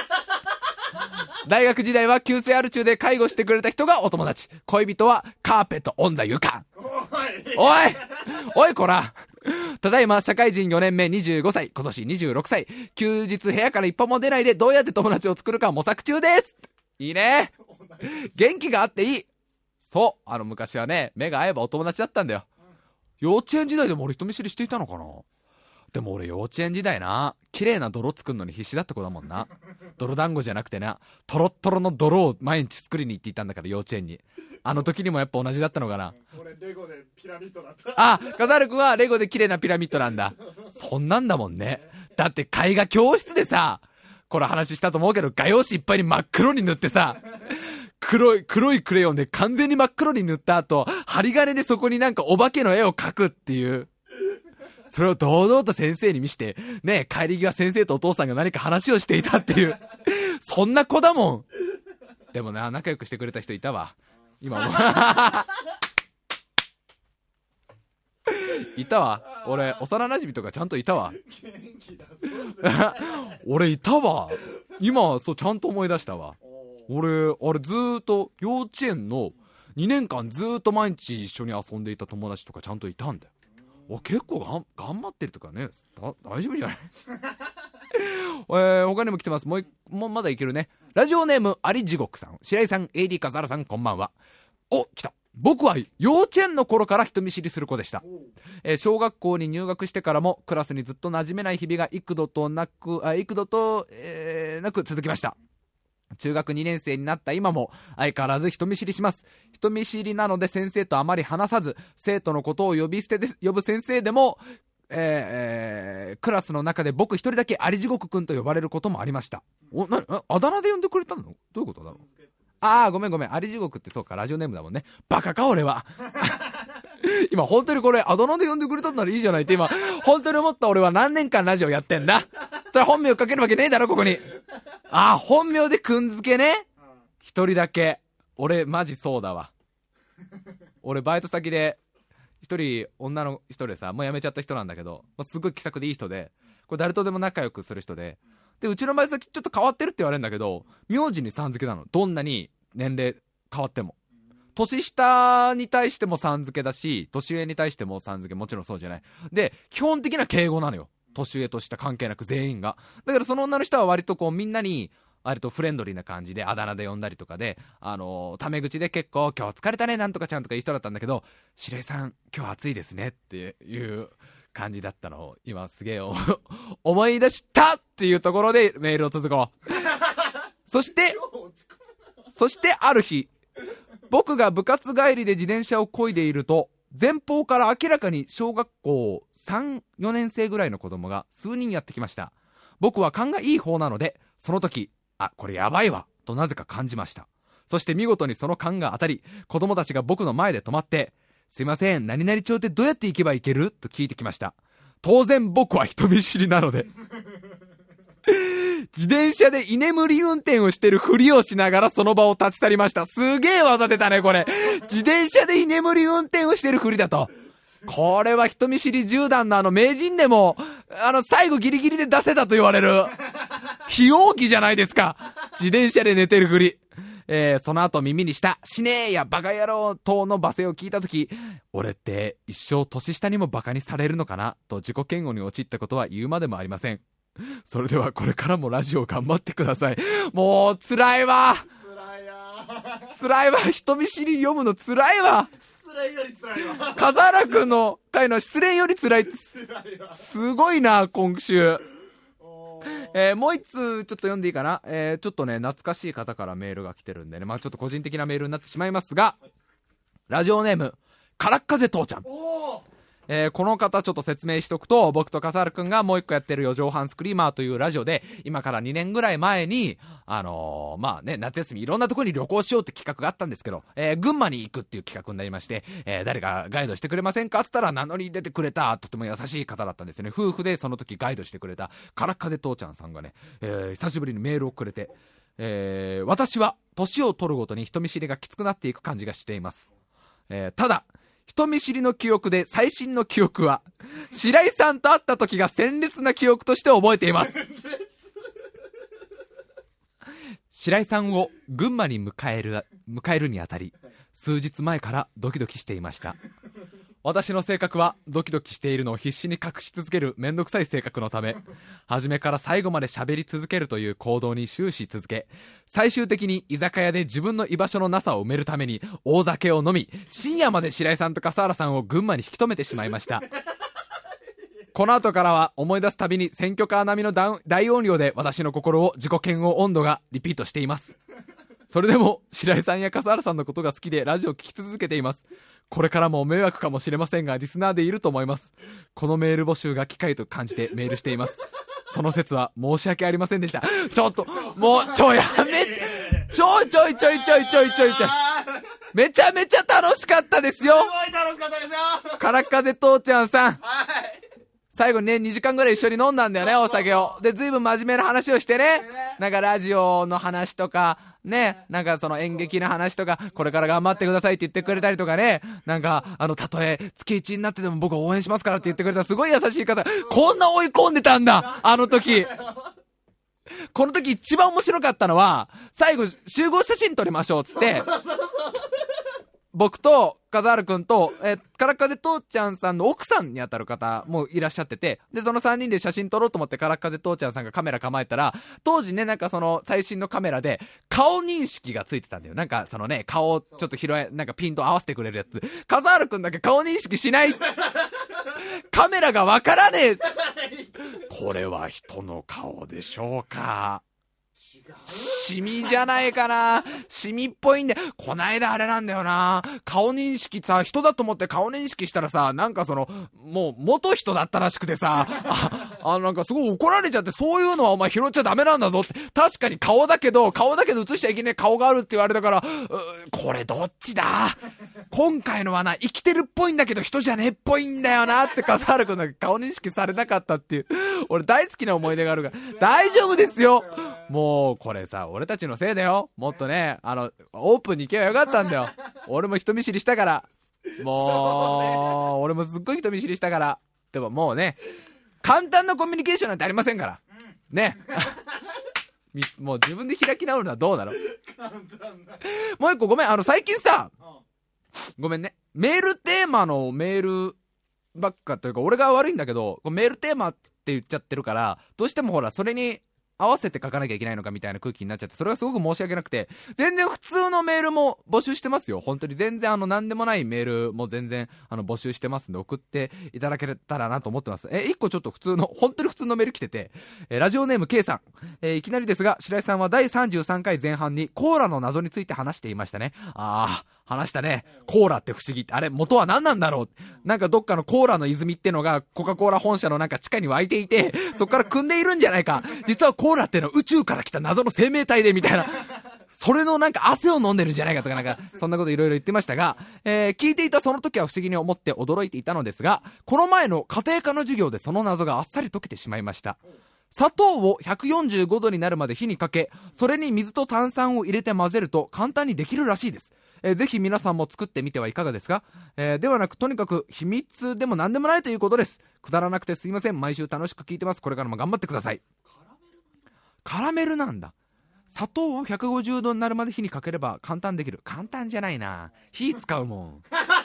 Speaker 1: 大学時代は急性アル中で介護してくれた人がお友達、恋人はカーペットオンザ床。おいこら。ただいま社会人4年目25歳、今年26歳、休日部屋から一歩も出ないでどうやって友達を作るか模索中です。いいね、元気があっていい。そう、昔はね、目が合えばお友達だったんだよ。幼稚園時代でも俺人見知りしていたのかな。でも俺幼稚園時代な、綺麗な泥作るのに必死だった子だもんな。泥団子じゃなくてな、トロットロの泥を毎日作りに行っていたんだから、幼稚園に。あの時にもやっぱ同じだったのかな。
Speaker 2: 俺レゴでピラミッドだった。
Speaker 1: あ、カザル君はレゴで綺麗なピラミッドなんだ。そんなんだもんね。だって絵画教室でさ、これ話したと思うけど、画用紙いっぱいに真っ黒に塗ってさ、黒いクレヨンで完全に真っ黒に塗った後、針金でそこになんかお化けの絵を描くっていう。それを堂々と先生に見して、ね、帰り際先生とお父さんが何か話をしていたっていう。そんな子だもん。でもな、仲良くしてくれた人いたわ。今も。いたわ。俺、幼馴染とかちゃんといたわ。俺いたわ。今、そう、ちゃんと思い出したわ。俺、あれずーっと幼稚園の2年間ずーっと毎日一緒に遊んでいた友達とかちゃんといたんだよ。結構頑張ってるとかね、大丈夫じゃない他にも来てます。もうまだいけるね。ラジオネームアリ地獄さん、白井さん、AD カザラさん、こんばんは。来た。僕は幼稚園の頃から人見知りする子でした。小学校に入学してからもクラスにずっと馴染めない日々が幾度となく続きました。中学2年生になった今も相変わらず人見知りします。人見知りなので先生とあまり話さず、生徒のことを呼ぶ先生でも、クラスの中で僕一人だけアリ地獄くんと呼ばれることもありました。あだ名で呼んでくれたの？どういうことだろう。ごめん、アリ地獄ってそうか、ラジオネームだもんね。バカか俺は今本当にこれあだ名で呼んでくれたんならいいじゃないって今本当に思った。俺は何年間ラジオやってんだ。それ本名かけるわけねえだろここに。本名でくんづけね。一人だけ俺マジそうだわ。俺バイト先で一人女の人でさ、もう辞めちゃった人なんだけど、すごい気さくでいい人で、これ誰とでも仲良くする人で、うちのバイト先ちょっと変わってるって言われるんだけど、名字にさん付けなの。どんなに年齢変わっても。年下に対してもさん付けだし、年上に対してもさん付け、もちろんそうじゃない。で、基本的な敬語なのよ。年上と下関係なく全員が。だからその女の人は割とこうみんなに、割とフレンドリーな感じであだ名で呼んだりとかで、タメ口で結構今日疲れたねなんとかちゃんとかいい人だったんだけど、白井さん今日暑いですねっていう感じだったのを今すげえ思い出したっていうところでメールを続こう。そしてある日、僕が部活帰りで自転車を漕いでいると、前方から明らかに小学校3、4年生ぐらいの子供が数人やってきました。僕は勘がいい方なので、その時、これやばいわとなぜか感じました。そして見事にその勘が当たり、子供たちが僕の前で止まって、すいません、何々町ってどうやって行けば行けると聞いてきました。当然僕は人見知りなので自転車で居眠り運転をしてるふりをしながらその場を立ち去りました。すげえ技出たねこれ。自転車で居眠り運転をしてるふりだと。これは人見知り10段の名人でも最後ギリギリで出せたと言われる非奥義じゃないですか。自転車で寝てるふり。その後耳にした死ねーやバカ野郎等の罵声を聞いたとき、俺って一生年下にもバカにされるのかなと自己嫌悪に陥ったことは言うまでもありません。それではこれからもラジオ頑張ってください。もう辛いわ。辛いわ。人見知り読むの辛いわ。
Speaker 2: 失恋より辛いわ。
Speaker 1: 笠原くんの回の失恋より辛い。すごいな今週。もう一通ちょっと読んでいいかな。ちょっとね懐かしい方からメールが来てるんでね、ちょっと個人的なメールになってしまいますが、ラジオネームからっ風父ちゃん。この方ちょっと説明しとくと、僕と笠原くんがもう一個やってる四畳半スクリーマーというラジオで、今から2年ぐらい前に夏休みいろんなところに旅行しようって企画があったんですけど、群馬に行くっていう企画になりまして、誰かガイドしてくれませんかっつったら名乗り出てくれたとても優しい方だったんですよね。夫婦でその時ガイドしてくれたからっ風父ちゃんさんがね、久しぶりにメールをくれて、私は年を取るごとに人見知りがきつくなっていく感じがしています。ただ人見知りの記憶で最新の記憶は白井さんと会った時が鮮烈な記憶として覚えています。白井さんを群馬に迎えるにあたり、数日前からドキドキしていました。私の性格はドキドキしているのを必死に隠し続けるめんどくさい性格のため、初めから最後まで喋り続けるという行動に終始続け、最終的に居酒屋で自分の居場所のなさを埋めるために大酒を飲み、深夜まで白井さんと笠原さんを群馬に引き止めてしまいました。この後からは思い出すたびに選挙カー並みの大音量で私の心を自己嫌悪温度がリピートしています。それでも白井さんや笠原さんのことが好きでラジオを聞き続けています。これからも迷惑かもしれませんがリスナーでいると思います。このメール募集が機会と感じてメールしています。その説は申し訳ありませんでした。ちょっともうやめちょいめちゃめちゃ楽しかったですよ。
Speaker 2: すごい楽しかったですよ。
Speaker 1: からっ風父ちゃんさん、
Speaker 2: はい。
Speaker 1: 最後にね2時間ぐらい一緒に飲んだんだよね、お酒を。で随分真面目な話をしてね、なんかラジオの話とかね、なんかその演劇の話とか、これから頑張ってくださいって言ってくれたりとかね、なんかたとえ月1になってでも僕応援しますからって言ってくれたすごい優しい方。こんな追い込んでたんだあの時。この時一番面白かったのは、最後集合写真撮りましょうっつって僕と笠原くんと、からっ風父ちゃんさんの奥さんにあたる方もいらっしゃってて、でその3人で写真撮ろうと思ってからっ風父ちゃんさんがカメラ構えたら、当時ねなんかその最新のカメラで顔認識がついてたんだよ。なんかそのね顔をちょっとなんかピンと合わせてくれるやつ。笠原くんだけ顔認識しないカメラがわからねえ。これは人の顔でしょうか。シミじゃないかな。シミっぽいんで、こないだあれなんだよな、顔認識さ、人だと思って顔認識したらさ、なんかそのもう元人だったらしくてさ、なんかすごい怒られちゃって、そういうのはお前拾っちゃダメなんだぞって。確かに顔だけど映しちゃいけない顔があるって言われたから、これどっちだ。今回のはな、生きてるっぽいんだけど人じゃねえっぽいんだよなって笠原くんだけ顔認識されなかったっていう、俺大好きな思い出があるから大丈夫ですよ。もうこれさ、俺たちのせいだよ。もっとねオープンに行けばよかったんだよ。俺も人見知りしたから。もう俺もすっごい人見知りしたから。でももうね、簡単なコミュニケーションなんてありませんからね。 もう自分で開き直るのはどうなの。
Speaker 2: 簡単だ。
Speaker 1: もう一個ごめん、最近さ、
Speaker 2: うん。
Speaker 1: ごめんね、メールテーマのメールばっかというか俺が悪いんだけど、メールテーマって言っちゃってるからどうしてもほらそれに合わせて書かなきゃいけないのかみたいな空気になっちゃって、それがすごく申し訳なくて、全然普通のメールも募集してますよ。本当に全然何でもないメールも全然募集してますんで、送っていただけたらなと思ってます。一個ちょっと本当に普通のメール来てて、ラジオネーム K さん、いきなりですが白井さんは第33回前半にコーラの謎について話していましたね。話したね。コーラって不思議って、あれ元は何なんだろう。なんかどっかのコーラの泉ってのがコカ・コーラ本社のなんか地下に湧いていて、そこから汲んでいるんじゃないか。実はコーラってのは宇宙から来た謎の生命体でみたいな、それのなんか汗を飲んでるんじゃないかとか、なんかそんなこといろいろ言ってましたが、聞いていたその時は不思議に思って驚いていたのですが、この前の家庭科の授業でその謎があっさり解けてしまいました。砂糖を145度になるまで火にかけ、それに水と炭酸を入れて混ぜると簡単にできるらしいです。ぜひ皆さんも作ってみてはいかがですか。ではなく、とにかく秘密でも何でもないということです。くだらなくてすいません。毎週楽しく聞いてます。これからも頑張ってください。カラメルなんだ。砂糖を150度になるまで火にかければ簡単できる。簡単じゃないな。火使うもん。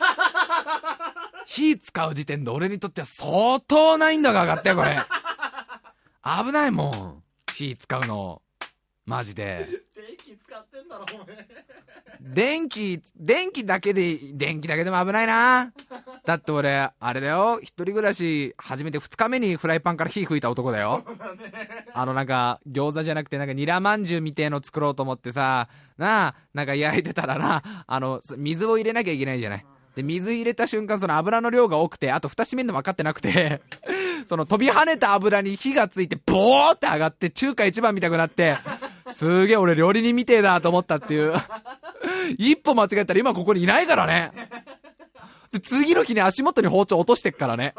Speaker 1: 火使う時点で俺にとっては相当難易度が上がったよこれ。危ないもん、火使うのマジで。
Speaker 2: 電気使ってんだろお前。
Speaker 1: 電気だけでも危ないな。だって俺あれだよ、一人暮らし始めて2日目にフライパンから火吹いた男だよ。なんか餃子じゃなくてなんかニラまんじゅうみてえの作ろうと思ってさ、なんか焼いてたらな、水を入れなきゃいけないじゃない。で水入れた瞬間その油の量が多くて、あと蓋閉めるの分かってなくてその飛び跳ねた油に火がついてボーって上がって中華一番見たくなって、すげえ俺料理人みてえだと思ったっていう一歩間違えたら今ここにいないからね。で次の日に足元に包丁落としてっからね。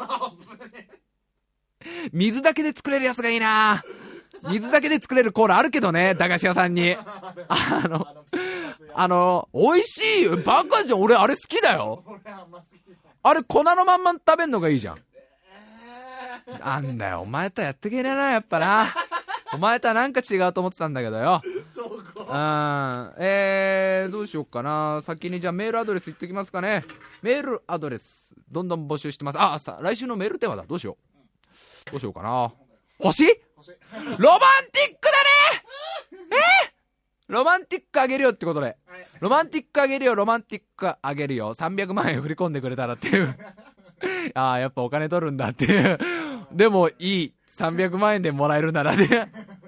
Speaker 1: 水だけで作れるやつがいいな。水だけで作れるコーラあるけどね、駄菓子屋さんに。美味しいよ。バカじゃん。俺あれ好きだよ。あれ粉のまんま食べんのがいいじゃん。なんだよお前とやってけねえなやっぱな。お前とはなんか違うと思ってたんだけどよ。どうしようかな。先にじゃあメールアドレス言ってきますかね。メールアドレスどんどん募集してます。来週のメールテーマだ。どうしようかな。星ロマンティックだね。ロマンティックあげるよってことで、ロマンティックあげるよ300万円振り込んでくれたらっていうやっぱお金取るんだっていうでもいい、300万円でもらえるならね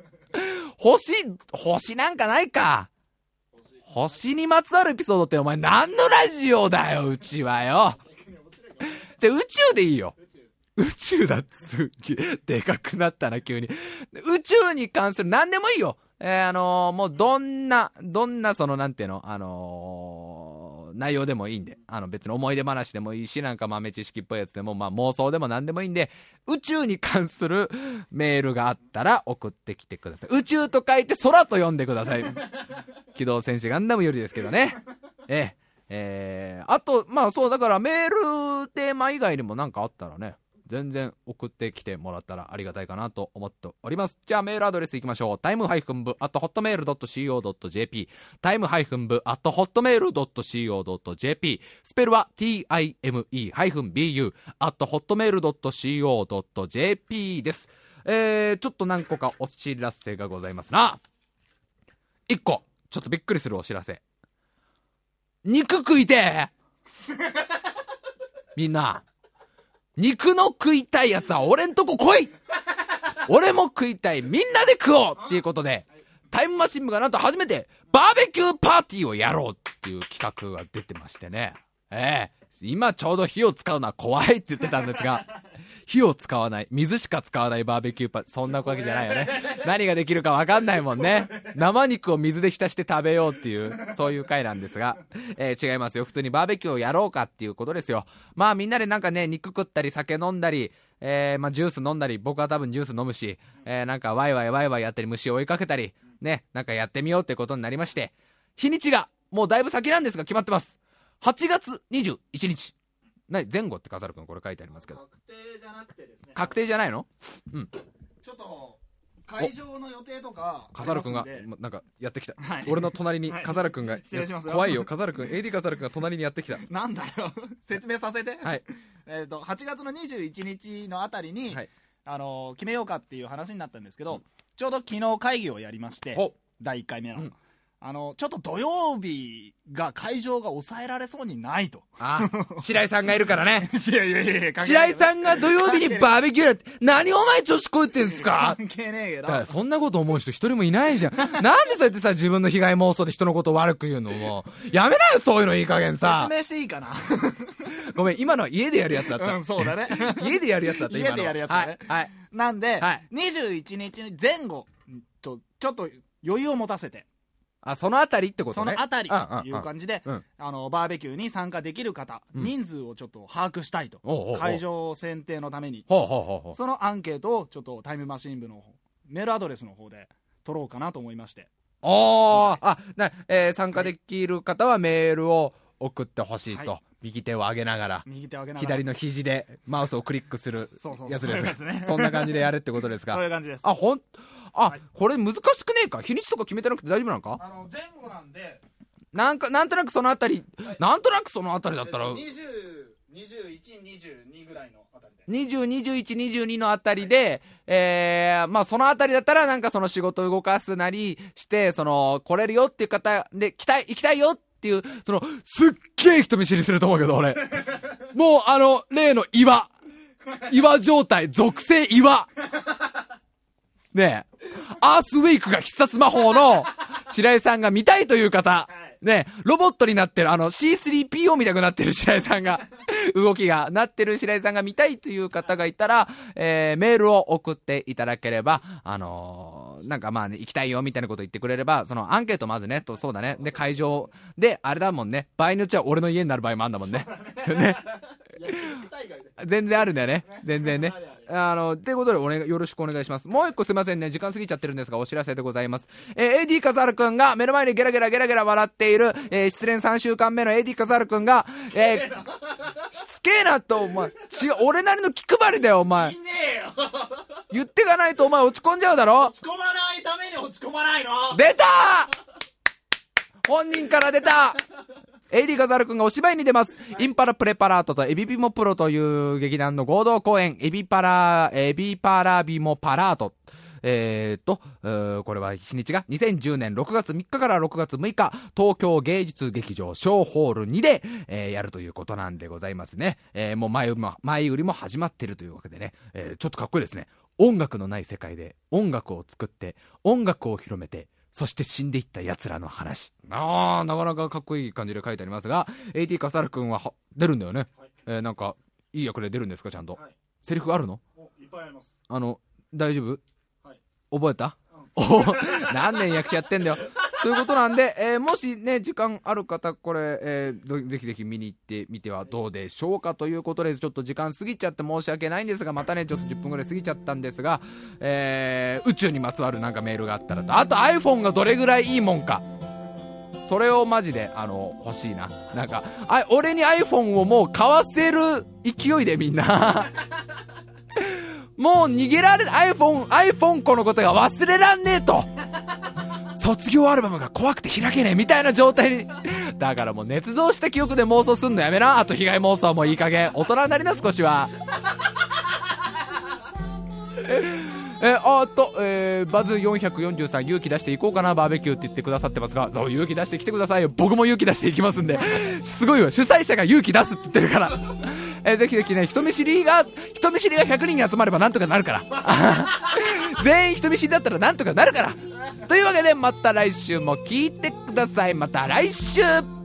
Speaker 1: 星なんかないか。星にまつわるエピソードってお前何のラジオだよ。うちはよ。じゃあ宇宙でいいよ。宇宙だってすっげえでかくなったな急に。宇宙に関する何でもいいよ。もうどんなそのなんていうの内容でもいいんで、別に思い出話でもいいし、なんか豆知識っぽいやつでも、妄想でも何でもいいんで、宇宙に関するメールがあったら送ってきてください。宇宙と書いて空と読んでください。機動戦士ガンダムよりですけどね。あとそうだからメールテーマ以外にもなんかあったらね、全然送ってきてもらったらありがたいかなと思っております。じゃあメールアドレスいきましょう。time-bu@hotmail.co.jp time-bu@hotmail.co.jp スペルは time-bu@hotmail.co.jp です。ちょっと何個かお知らせがございますな。1個ちょっとびっくりするお知らせ。肉食いてみんな肉の食いたいやつは俺んとこ来い。俺も食いたい。みんなで食おうっていうことで、タイムマシン部がなんと初めてバーベキューパーティーをやろうっていう企画が出てましてね。今ちょうど火を使うのは怖いって言ってたんですが、火を使わない、水しか使わないバーベキューパー、そんなわけじゃないよね。何ができるか分かんないもんね。生肉を水で浸して食べようっていう、そういう回なんですが、違いますよ。普通にバーベキューをやろうかっていうことですよ。みんなでなんかね、肉食ったり酒飲んだり、ジュース飲んだり、僕は多分ジュース飲むし、なんかワイワイやったり、虫を追いかけたりね、なんかやってみようってことになりまして、日にちがもうだいぶ先なんですが決まってます。8月21日。前後って笠原くんこれ書いてありますけど。
Speaker 2: 確定じゃなくてですね。
Speaker 1: 確定じゃないの？うん。
Speaker 2: ちょっと会場の予定とか
Speaker 1: カザルくんが
Speaker 2: ありますんで
Speaker 1: なんかやってきた、
Speaker 2: はい
Speaker 1: 俺の隣に
Speaker 2: はい
Speaker 1: カザルくんが、
Speaker 2: 失礼しますよ
Speaker 1: 怖いよカザルくん AD カザルくんが隣にやってきた。
Speaker 2: なんだよ説明させて、
Speaker 1: はい
Speaker 2: 8月の21日のあたりに、
Speaker 1: はい
Speaker 2: 決めようかっていう話になったんですけど、ちょうど昨日会議をやりまして
Speaker 1: お
Speaker 2: 第1回目の、
Speaker 1: うん
Speaker 2: ちょっと土曜日が会場が抑えられそうにないと
Speaker 1: 白井さんがいるからね
Speaker 2: いやいやいや
Speaker 1: 白井さんが土曜日にバーベキューやって何お前調子こいてんすか
Speaker 2: 関係ねえけど
Speaker 1: だからそんなこと思う人一人もいないじゃんなんでそうやってさ自分の被害妄想で人のことを悪く言うのもやめなよそういうのいい加減さ
Speaker 2: 説明していいかな
Speaker 1: ごめん今のは家でやるやつだった、
Speaker 2: うんそうだね
Speaker 1: 家でやるやつだった今の
Speaker 2: 家でやるやつだね
Speaker 1: はい、はい、
Speaker 2: なんで、
Speaker 1: はい
Speaker 2: 21日前後ちょっと余裕を持たせて
Speaker 1: そのあたりってこと
Speaker 2: そ
Speaker 1: ね
Speaker 2: のあたりという感じで、
Speaker 1: うん
Speaker 2: バーベキューに参加できる方、
Speaker 1: うん
Speaker 2: 人数をちょっと把握したいと、
Speaker 1: おうおうおう
Speaker 2: 会場選定のために
Speaker 1: ほうほうほうほう
Speaker 2: そのアンケートをちょっとタイムマシーン部のメールアドレスの方で取ろうかなと思いまして、
Speaker 1: 参加できる方はメールを送ってほしいと、
Speaker 2: はい
Speaker 1: 右手を上げながら
Speaker 2: 右手を上げながら
Speaker 1: 左の肘でマウスをクリックする
Speaker 2: そう
Speaker 1: やつ
Speaker 2: そういうやつね
Speaker 1: ですそんな感じでやるってことですか
Speaker 2: そういう感じです。
Speaker 1: はいこれ難しくねえか日にちとか決めてなくて大丈夫なのか
Speaker 2: 前後なんで
Speaker 1: なんとなくそのあたり、なんとなくそのあたりだったら
Speaker 2: 20、21、22ぐらいのあたりで
Speaker 1: 20、21、22のあたりで、そのあたりだったらなんかその仕事を動かすなりして来れるよっていう方で行きたいよっていうすっげえ人見知りすると思うけど俺もう例の岩状態属性岩ねえアースウェイクが必殺魔法の白井さんが見たいという方、ねえロボットになってるC3PO みたいになってる白井さんが動きがなってる白井さんが見たいという方がいたら、メールを送っていただければなんか行きたいよみたいなこと言ってくれればそのアンケートまずねそうだねで会場であれだもんね場合によっちゃ俺の家になる場合もあんだもんねね全然あるんだよね全然ねということでよろしくお願いします。もう一個すいませんね時間過ぎちゃってるんですがお知らせでございます。AD カザルくんが目の前でゲラゲラ笑っている、失恋3週間目の AD カザルくんが、しつけえなとお前俺なりの気配りだよお前
Speaker 2: いねえよ
Speaker 1: 言ってかないとお前落ち込んじゃうだろ
Speaker 2: 落ち込まないために落ち込まないの
Speaker 1: 出た本人から出たAD ガザル君がお芝居に出ます。インパラプレパラートとエビビモプロという劇団の合同公演、エビパラビモパラート。これは日にちが2010年6月3日から6月6日、東京芸術劇場ショーホール2で、やるということなんでございますね。もう前売りも始まっているというわけでね、ちょっとかっこいいですね。音楽のない世界で音楽を作って、音楽を広めて、そして死んでいった奴らの話。なかなかかっこいい感じで書いてありますが、AT カサル君は出るんだよね。
Speaker 2: はい
Speaker 1: なんか、いい役で出るんですか、ちゃんと。
Speaker 2: はい
Speaker 1: セリフあるの？
Speaker 2: いっぱいあります。
Speaker 1: 大丈夫？
Speaker 2: はい。
Speaker 1: 覚えた？何年役者やってんだよ。ということなんで、もしね、時間ある方、これ、ぜひぜひ見に行ってみてはどうでしょうかということです。ちょっと時間過ぎちゃって申し訳ないんですが、またね、ちょっと10分ぐらい過ぎちゃったんですが、宇宙にまつわるなんかメールがあったらと、あと iPhone がどれぐらいいいもんか。それをマジで、欲しいな。なんか、俺に iPhone をもう買わせる勢いでみんな。もう逃げられる iPhone このことが忘れらんねえと。卒業アルバムが怖くて開けねえみたいな状態に。だからもう捏造した記憶で妄想すんのやめな。あと被害妄想もいい加減大人になりな少しは。バズ443勇気出していこうかなバーベキューって言ってくださってますが、そう勇気出してきてくださいよ。僕も勇気出していきますんで。すごいわ、主催者が勇気出すって言ってるから。ぜひぜひね、人見知りが100人に集まればなんとかなるから全員人見知りだったらなんとかなるから。というわけでまた来週も聞いてください。また来週。